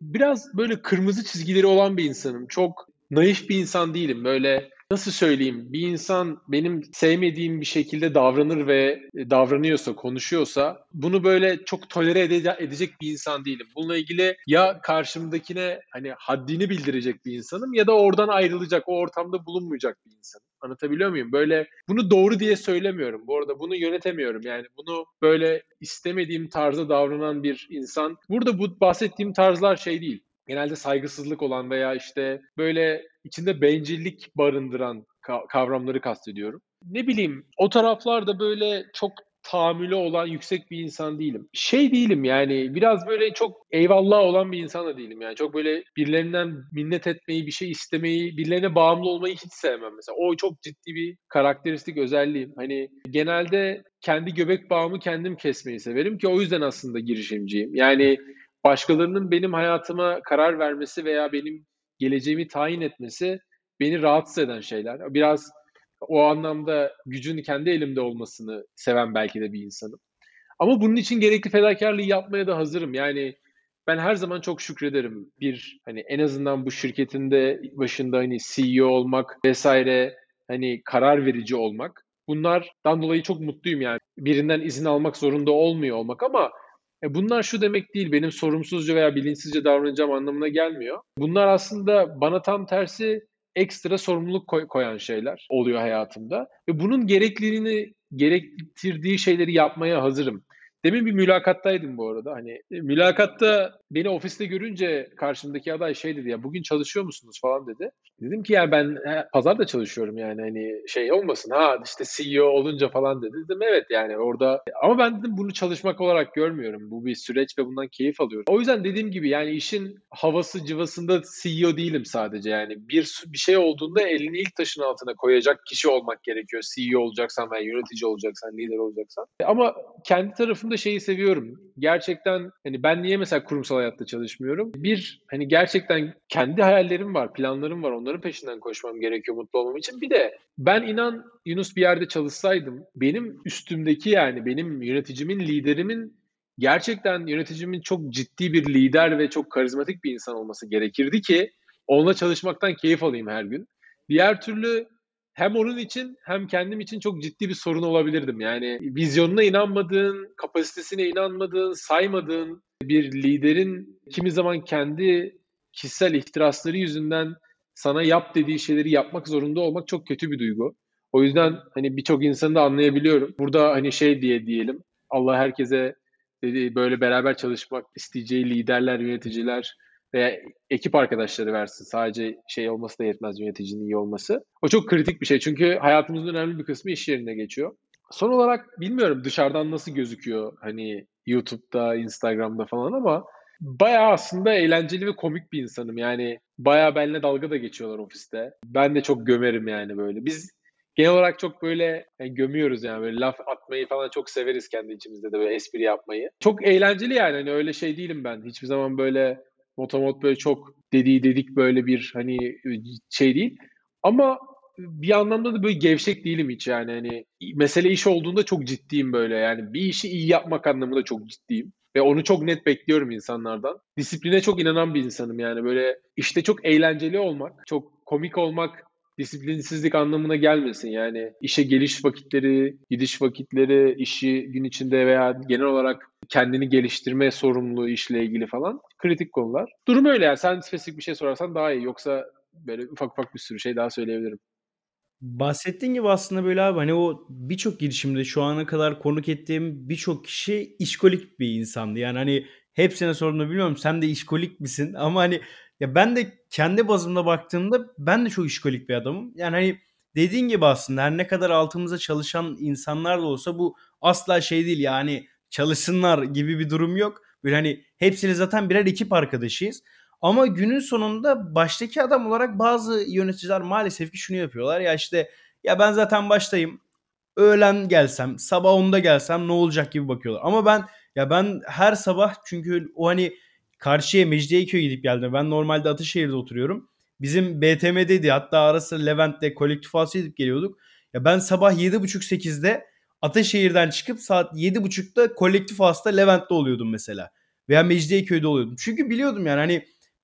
biraz böyle kırmızı çizgileri olan bir insanım. Çok naif bir insan değilim. Böyle nasıl söyleyeyim? Bir insan benim sevmediğim bir şekilde davranır ve e, davranıyorsa, konuşuyorsa bunu böyle çok tolere ede- edecek bir insan değilim. Bununla ilgili ya karşımdakine hani haddini bildirecek bir insanım ya da oradan ayrılacak, o ortamda bulunmayacak bir insanım. Anlatabiliyor muyum? Böyle bunu doğru diye söylemiyorum. Bu arada bunu yönetemiyorum. Yani bunu böyle istemediğim tarzda davranan bir insan. Burada bu bahsettiğim tarzlar şey değil. Genelde saygısızlık olan veya işte böyle içinde bencillik barındıran ka- kavramları kastediyorum. Ne bileyim, o taraflarda böyle çok tahammülü olan yüksek bir insan değilim. Şey değilim yani, biraz böyle çok eyvallah olan bir insan da değilim yani. Çok böyle birilerinden minnet etmeyi, bir şey istemeyi, birilerine bağımlı olmayı hiç sevmem mesela. O çok ciddi bir karakteristik özelliğim. Hani genelde kendi göbek bağımı kendim kesmeyi severim ki o yüzden aslında girişimciyim. Yani başkalarının benim hayatıma karar vermesi veya benim geleceğimi tayin etmesi beni rahatsız eden şeyler. Biraz o anlamda gücün kendi elimde olmasını seven belki de bir insanım. Ama bunun için gerekli fedakarlığı yapmaya da hazırım. Yani ben her zaman çok şükrederim. Bir hani en azından bu şirketin de başında hani C E O olmak vesaire, hani karar verici olmak. Bunlardan dolayı çok mutluyum yani. Birinden izin almak zorunda olmuyor olmak ama e, bunlar şu demek değil. Benim sorumsuzca veya bilinçsizce davranacağım anlamına gelmiyor. Bunlar aslında bana tam tersi ekstra sorumluluk koy- koyan şeyler oluyor hayatımda ve bunun gerekliliğini gerektirdiği şeyleri yapmaya hazırım. Demin bir mülakattaydım bu arada. Hani e, mülakatta beni ofiste görünce karşımdaki aday şey dedi, ya bugün çalışıyor musunuz falan dedi. Dedim ki ya ben he, pazar da çalışıyorum yani, hani şey olmasın ha işte C E O olunca falan dedi. Dedim evet yani orada, ama ben dedim bunu çalışmak olarak görmüyorum. Bu bir süreç ve bundan keyif alıyorum. O yüzden dediğim gibi yani işin havası cıvasında C E O değilim sadece yani. Bir, bir şey olduğunda elini ilk taşın altına koyacak kişi olmak gerekiyor. C E O olacaksan veya yönetici olacaksan, lider olacaksan. Ama kendi tarafımda şeyi seviyorum. Gerçekten hani ben niye mesela kurumsal hayatta çalışmıyorum? Bir, hani gerçekten kendi hayallerim var, planlarım var. Onların peşinden koşmam gerekiyor mutlu olmam için. Bir de ben inan Yunus bir yerde çalışsaydım benim üstümdeki, yani benim yöneticimin, liderimin gerçekten yöneticimin çok ciddi bir lider ve çok karizmatik bir insan olması gerekirdi ki onunla çalışmaktan keyif alayım her gün. Diğer türlü hem onun için hem kendim için çok ciddi bir sorun olabilirdim. Yani vizyonuna inanmadığın, kapasitesine inanmadığın, saymadığın bir liderin kimi zaman kendi kişisel ihtirasları yüzünden sana yap dediği şeyleri yapmak zorunda olmak çok kötü bir duygu. O yüzden hani birçok insanı da anlayabiliyorum. Burada hani şey diye diyelim, Allah herkese dedi, böyle beraber çalışmak isteyeceği liderler, yöneticiler veya ekip arkadaşları versin. Sadece şey olması da yetmez, yöneticinin iyi olması. O çok kritik bir şey çünkü hayatımızın önemli bir kısmı iş yerine geçiyor. Son olarak bilmiyorum dışarıdan nasıl gözüküyor hani YouTube'da, Instagram'da falan ama bayağı aslında eğlenceli ve komik bir insanım. Yani bayağı benimle dalga da geçiyorlar ofiste. Ben de çok gömerim yani böyle. Biz genel olarak çok böyle yani gömüyoruz yani, böyle laf atmayı falan çok severiz kendi içimizde de, böyle espri yapmayı. Çok eğlenceli yani, hani öyle şey değilim ben. Hiçbir zaman böyle motomot böyle çok dediği dedik böyle bir hani şey değil. Ama bir anlamda da böyle gevşek değilim hiç yani, hani mesele iş olduğunda çok ciddiyim böyle, yani bir işi iyi yapmak anlamında çok ciddiyim. Ve onu çok net bekliyorum insanlardan. Disipline çok inanan bir insanım yani, böyle işte çok eğlenceli olmak, çok komik olmak disiplinsizlik anlamına gelmesin. Yani işe geliş vakitleri, gidiş vakitleri, işi gün içinde veya genel olarak kendini geliştirme sorumluluğu işle ilgili falan kritik konular. Durum öyle yani. Sen spesifik bir şey sorarsan daha iyi. Yoksa böyle ufak ufak bir sürü şey daha söyleyebilirim. Bahsettiğin gibi aslında, böyle, abi, hani, o birçok girişimde şu ana kadar konuk ettiğim birçok kişi işkolik bir insandı. Yani, hani, hepsine sorduğumda bilmiyorum sen de işkolik misin? Ama, hani, ya, ben de kendi bazımda baktığımda ben de çok işkolik bir adamım. Yani, hani, dediğin gibi aslında her ne kadar altımızda çalışan insanlar da olsa bu asla şey değil, yani, çalışsınlar gibi bir durum yok. Böyle, hani, hepsiyle zaten birer ekip arkadaşıyız. Ama günün sonunda baştaki adam olarak bazı yöneticiler maalesef ki şunu yapıyorlar. Ya, işte, ya ben zaten baştayım. Öğlen gelsem, sabah onda gelsem ne olacak gibi bakıyorlar. Ama ben ya ben her sabah, çünkü o, hani, karşıya Mecidiyeköy'e gidip geldim. Ben normalde Ataşehir'de oturuyorum. Bizim B T M'deydi. Hatta ara sıra Levent'te kolektif halsa gidip geliyorduk. Ya ben sabah yedi buçuk sekizde Ataşehir'den çıkıp saat yedi buçukta kolektif halsta Levent'te oluyordum mesela. Veya Mecidiyeköy'de oluyordum. Çünkü biliyordum yani, hani,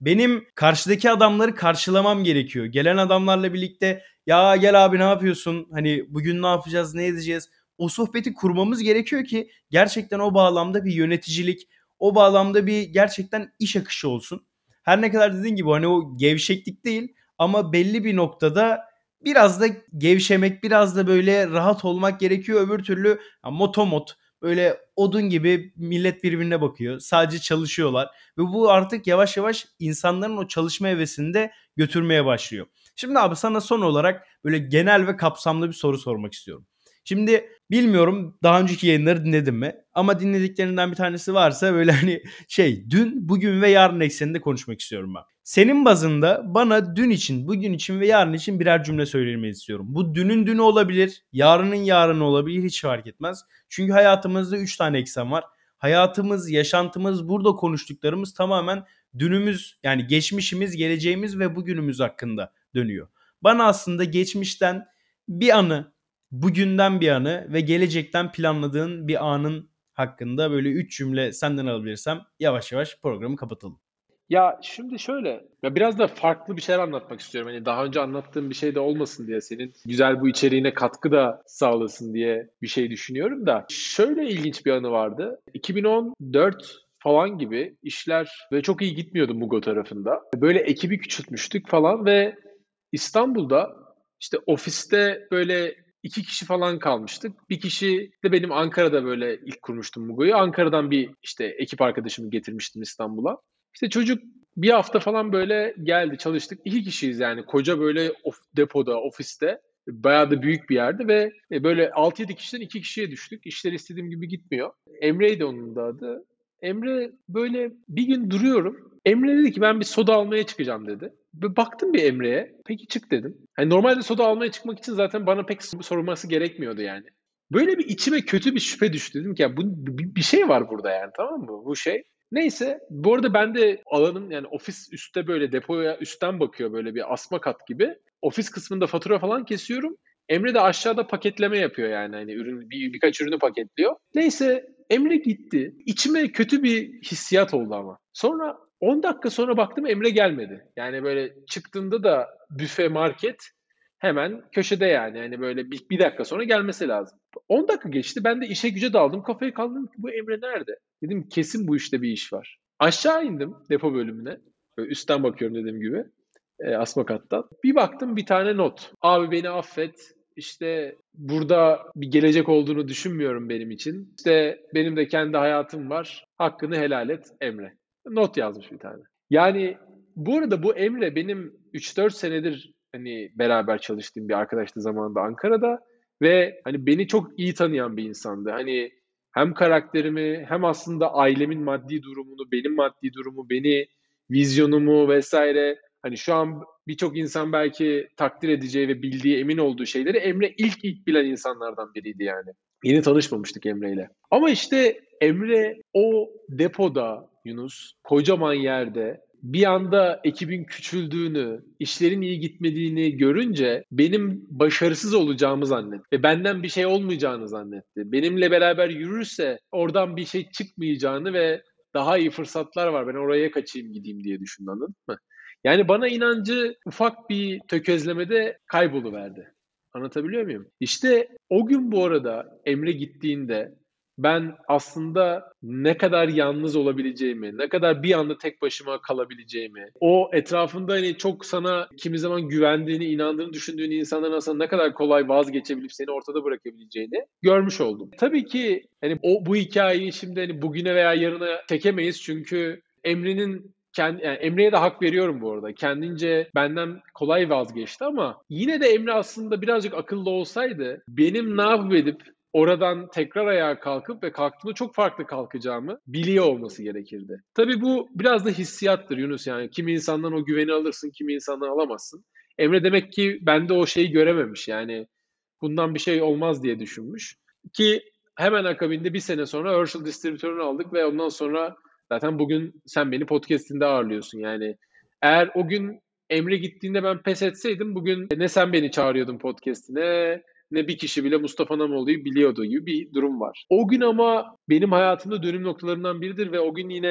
benim karşıdaki adamları karşılamam gerekiyor. Gelen adamlarla birlikte ya gel abi ne yapıyorsun? Hani bugün ne yapacağız, ne edeceğiz? O sohbeti kurmamız gerekiyor ki gerçekten o bağlamda bir yöneticilik, o bağlamda bir gerçekten iş akışı olsun. Her ne kadar dediğin gibi hani o gevşeklik değil ama belli bir noktada biraz da gevşemek, biraz da böyle rahat olmak gerekiyor. Öbür türlü ya motomot böyle odun gibi millet birbirine bakıyor. Sadece çalışıyorlar ve bu artık yavaş yavaş insanların o çalışma hevesini de götürmeye başlıyor. Şimdi abi sana son olarak böyle genel ve kapsamlı bir soru sormak istiyorum. Şimdi bilmiyorum daha önceki yayınları dinledin mi? Ama dinlediklerinden bir tanesi varsa böyle hani şey dün, bugün ve yarın ekseninde konuşmak istiyorum ben. Senin bazında bana dün için, bugün için ve yarın için birer cümle söylemeni istiyorum. Bu dünün dünü olabilir, yarının yarını olabilir hiç fark etmez. Çünkü hayatımızda üç tane eksen var. Hayatımız, yaşantımız, burada konuştuklarımız tamamen dünümüz yani geçmişimiz, geleceğimiz ve bugünümüz hakkında dönüyor. Bana aslında geçmişten bir anı, bugünden bir anı ve gelecekten planladığın bir anın hakkında böyle üç cümle senden alabilirsem yavaş yavaş programı kapatalım. Ya şimdi şöyle, ya biraz da farklı bir şeyler anlatmak istiyorum. Hani daha önce anlattığım bir şey de olmasın diye, senin güzel bu içeriğine katkı da sağlasın diye bir şey düşünüyorum da. Şöyle ilginç bir anı vardı. iki bin on dört falan gibi işler ve çok iyi gitmiyordu Mugo tarafında. Böyle ekibi küçültmüştük falan ve İstanbul'da işte ofiste böyle iki kişi falan kalmıştık. Bir kişi de benim Ankara'da böyle ilk kurmuştum Mugo'yu. Ankara'dan bir işte ekip arkadaşımı getirmiştim İstanbul'a. İşte çocuk bir hafta falan böyle geldi, çalıştık. İki kişiyiz yani, koca böyle of, depoda, ofiste. Bayağı da büyük bir yerde ve e, böyle altı yedi kişiden iki kişiye düştük. İşler istediğim gibi gitmiyor. Emre'ydi onun da adı. Emre böyle bir gün duruyorum. Emre dedi ki ben bir soda almaya çıkacağım dedi. Ve baktım bir Emre'ye. Peki çık dedim. Hani normalde soda almaya çıkmak için zaten bana pek sorulması gerekmiyordu yani. Böyle bir içime kötü bir şüphe düştü. Dedim ki ya bu, bir, bir şey var burada yani, tamam mı? Bu şey. Neyse, bu arada ben de alanın yani ofis üstte böyle depoya üstten bakıyor, böyle bir asma kat gibi. Ofis kısmında fatura falan kesiyorum. Emre de aşağıda paketleme yapıyor yani, hani ürün bir, birkaç ürünü paketliyor. Neyse Emre gitti. İçime kötü bir hissiyat oldu ama. Sonra on dakika sonra baktım Emre gelmedi. Yani böyle çıktığında da büfe market hemen köşede yani. Hani böyle bir, bir dakika sonra gelmesi lazım. on dakika geçti. Ben de işe güce daldım. Kafayı kaldırdım ki bu Emre nerede? Dedim kesin bu işte bir iş var. Aşağı indim depo bölümüne. Böyle üstten bakıyorum dediğim gibi. E, asma kattan. Bir baktım bir tane not. Abi beni affet. İşte burada bir gelecek olduğunu düşünmüyorum benim için. İşte benim de kendi hayatım var. Hakkını helal et Emre. Not yazmış bir tane. Yani bu arada bu Emre benim üç dört senedir hani beraber çalıştığım bir arkadaştı zamanında Ankara'da ve hani beni çok iyi tanıyan bir insandı. Hani hem karakterimi hem aslında ailemin maddi durumunu, benim maddi durumu, beni, vizyonumu vesaire, hani şu an birçok insan belki takdir edeceği ve bildiği, emin olduğu şeyleri Emre ilk ilk bilen insanlardan biriydi yani. Yeni tanışmamıştık Emre ile. Ama işte Emre o depoda, Yunus, kocaman yerde bir anda ekibin küçüldüğünü, işlerin iyi gitmediğini görünce benim başarısız olacağımı zannetti ve benden bir şey olmayacağını zannetti. Benimle beraber yürürse oradan bir şey çıkmayacağını ve daha iyi fırsatlar var, ben oraya kaçayım gideyim diye düşündü, anladın mı? Yani bana inancı ufak bir tökezlemede kayboluverdi. Anlatabiliyor muyum? İşte o gün bu arada Emre gittiğinde ben aslında ne kadar yalnız olabileceğimi, ne kadar bir anda tek başıma kalabileceğimi, o etrafında hani çok sana kimi zaman güvendiğini, inandığını düşündüğün insanların aslında ne kadar kolay vazgeçebilip seni ortada bırakabileceğini görmüş oldum. Tabii ki hani o bu hikayeyi şimdi hani bugüne veya yarına çekemeyiz çünkü Emre'nin kendi, yani Emre'ye de hak veriyorum bu arada. Kendince benden kolay vazgeçti ama yine de Emre aslında birazcık akıllı olsaydı benim ne yapıp edip oradan tekrar ayağa kalkıp ve kalktığımda çok farklı kalkacağımı biliyor olması gerekirdi. Tabii bu biraz da hissiyattır Yunus yani. Kimi insandan o güveni alırsın, kimi insandan alamazsın. Emre demek ki bende o şeyi görememiş yani, bundan bir şey olmaz diye düşünmüş. Ki hemen akabinde bir sene sonra Herschel distribütörünü aldık ve ondan sonra zaten bugün sen beni podcast'inde ağırlıyorsun yani. Eğer o gün Emre gittiğinde ben pes etseydim bugün ne sen beni çağırıyordun podcast'ine ne bir kişi bile Mustafa Namoğlu'yu biliyordu gibi bir durum var. O gün ama benim hayatımda dönüm noktalarından biridir ve o gün yine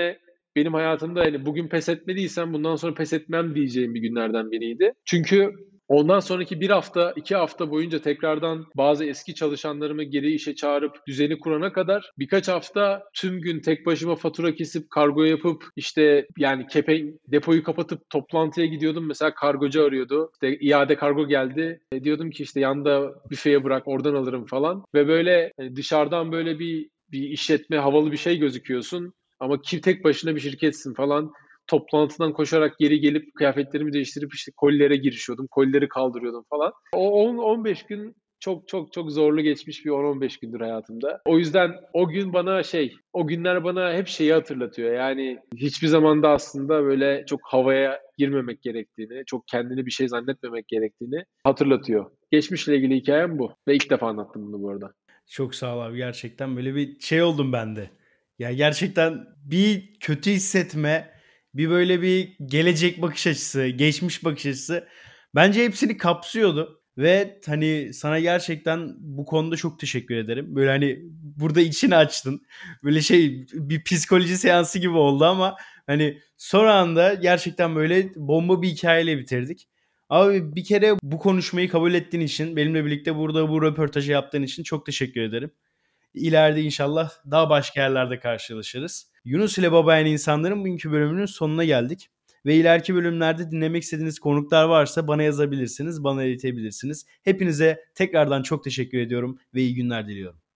benim hayatımda hani bugün pes etmediysem bundan sonra pes etmem diyeceğim bir günlerden biriydi. Çünkü ondan sonraki bir hafta, iki hafta boyunca tekrardan bazı eski çalışanlarımı geri işe çağırıp düzeni kurana kadar birkaç hafta tüm gün tek başıma fatura kesip kargo yapıp işte yani kepenk depoyu kapatıp toplantıya gidiyordum. Mesela kargocu arıyordu. İşte iade kargo geldi. E, diyordum ki işte yanda büfeye bırak oradan alırım falan. Ve böyle e, dışarıdan böyle bir bir işletme havalı bir şey gözüküyorsun. Ama ki tek başına bir şirketsin falan. Toplantıdan koşarak geri gelip kıyafetlerimi değiştirip işte kolilere girişiyordum. Kolileri kaldırıyordum falan. O on on beş gün çok çok çok zorlu geçmiş bir on on beş gündür hayatımda. O yüzden o gün bana şey, o günler bana hep şeyi hatırlatıyor. Yani hiçbir zaman da aslında böyle çok havaya girmemek gerektiğini, çok kendini bir şey zannetmemek gerektiğini hatırlatıyor. Geçmişle ilgili hikayem bu. Ve ilk defa anlattım bunu bu arada. Çok sağ ol abi. Gerçekten böyle bir şey oldum ben de. Ya gerçekten bir kötü hissetme, bir böyle bir gelecek bakış açısı, geçmiş bakış açısı bence hepsini kapsıyordu ve hani sana gerçekten bu konuda çok teşekkür ederim. Böyle hani burada içini açtın. Böyle şey bir psikoloji seansı gibi oldu ama hani son anda gerçekten böyle bomba bir hikayeyle bitirdik. Abi bir kere bu konuşmayı kabul ettiğin için, benimle birlikte burada bu röportajı yaptığın için çok teşekkür ederim. İleride inşallah daha başka yerlerde karşılaşırız. Yunus ile Babayan insanların bugünkü bölümünün sonuna geldik. Ve ileriki bölümlerde dinlemek istediğiniz konuklar varsa bana yazabilirsiniz, bana iletebilirsiniz. Hepinize tekrardan çok teşekkür ediyorum ve iyi günler diliyorum.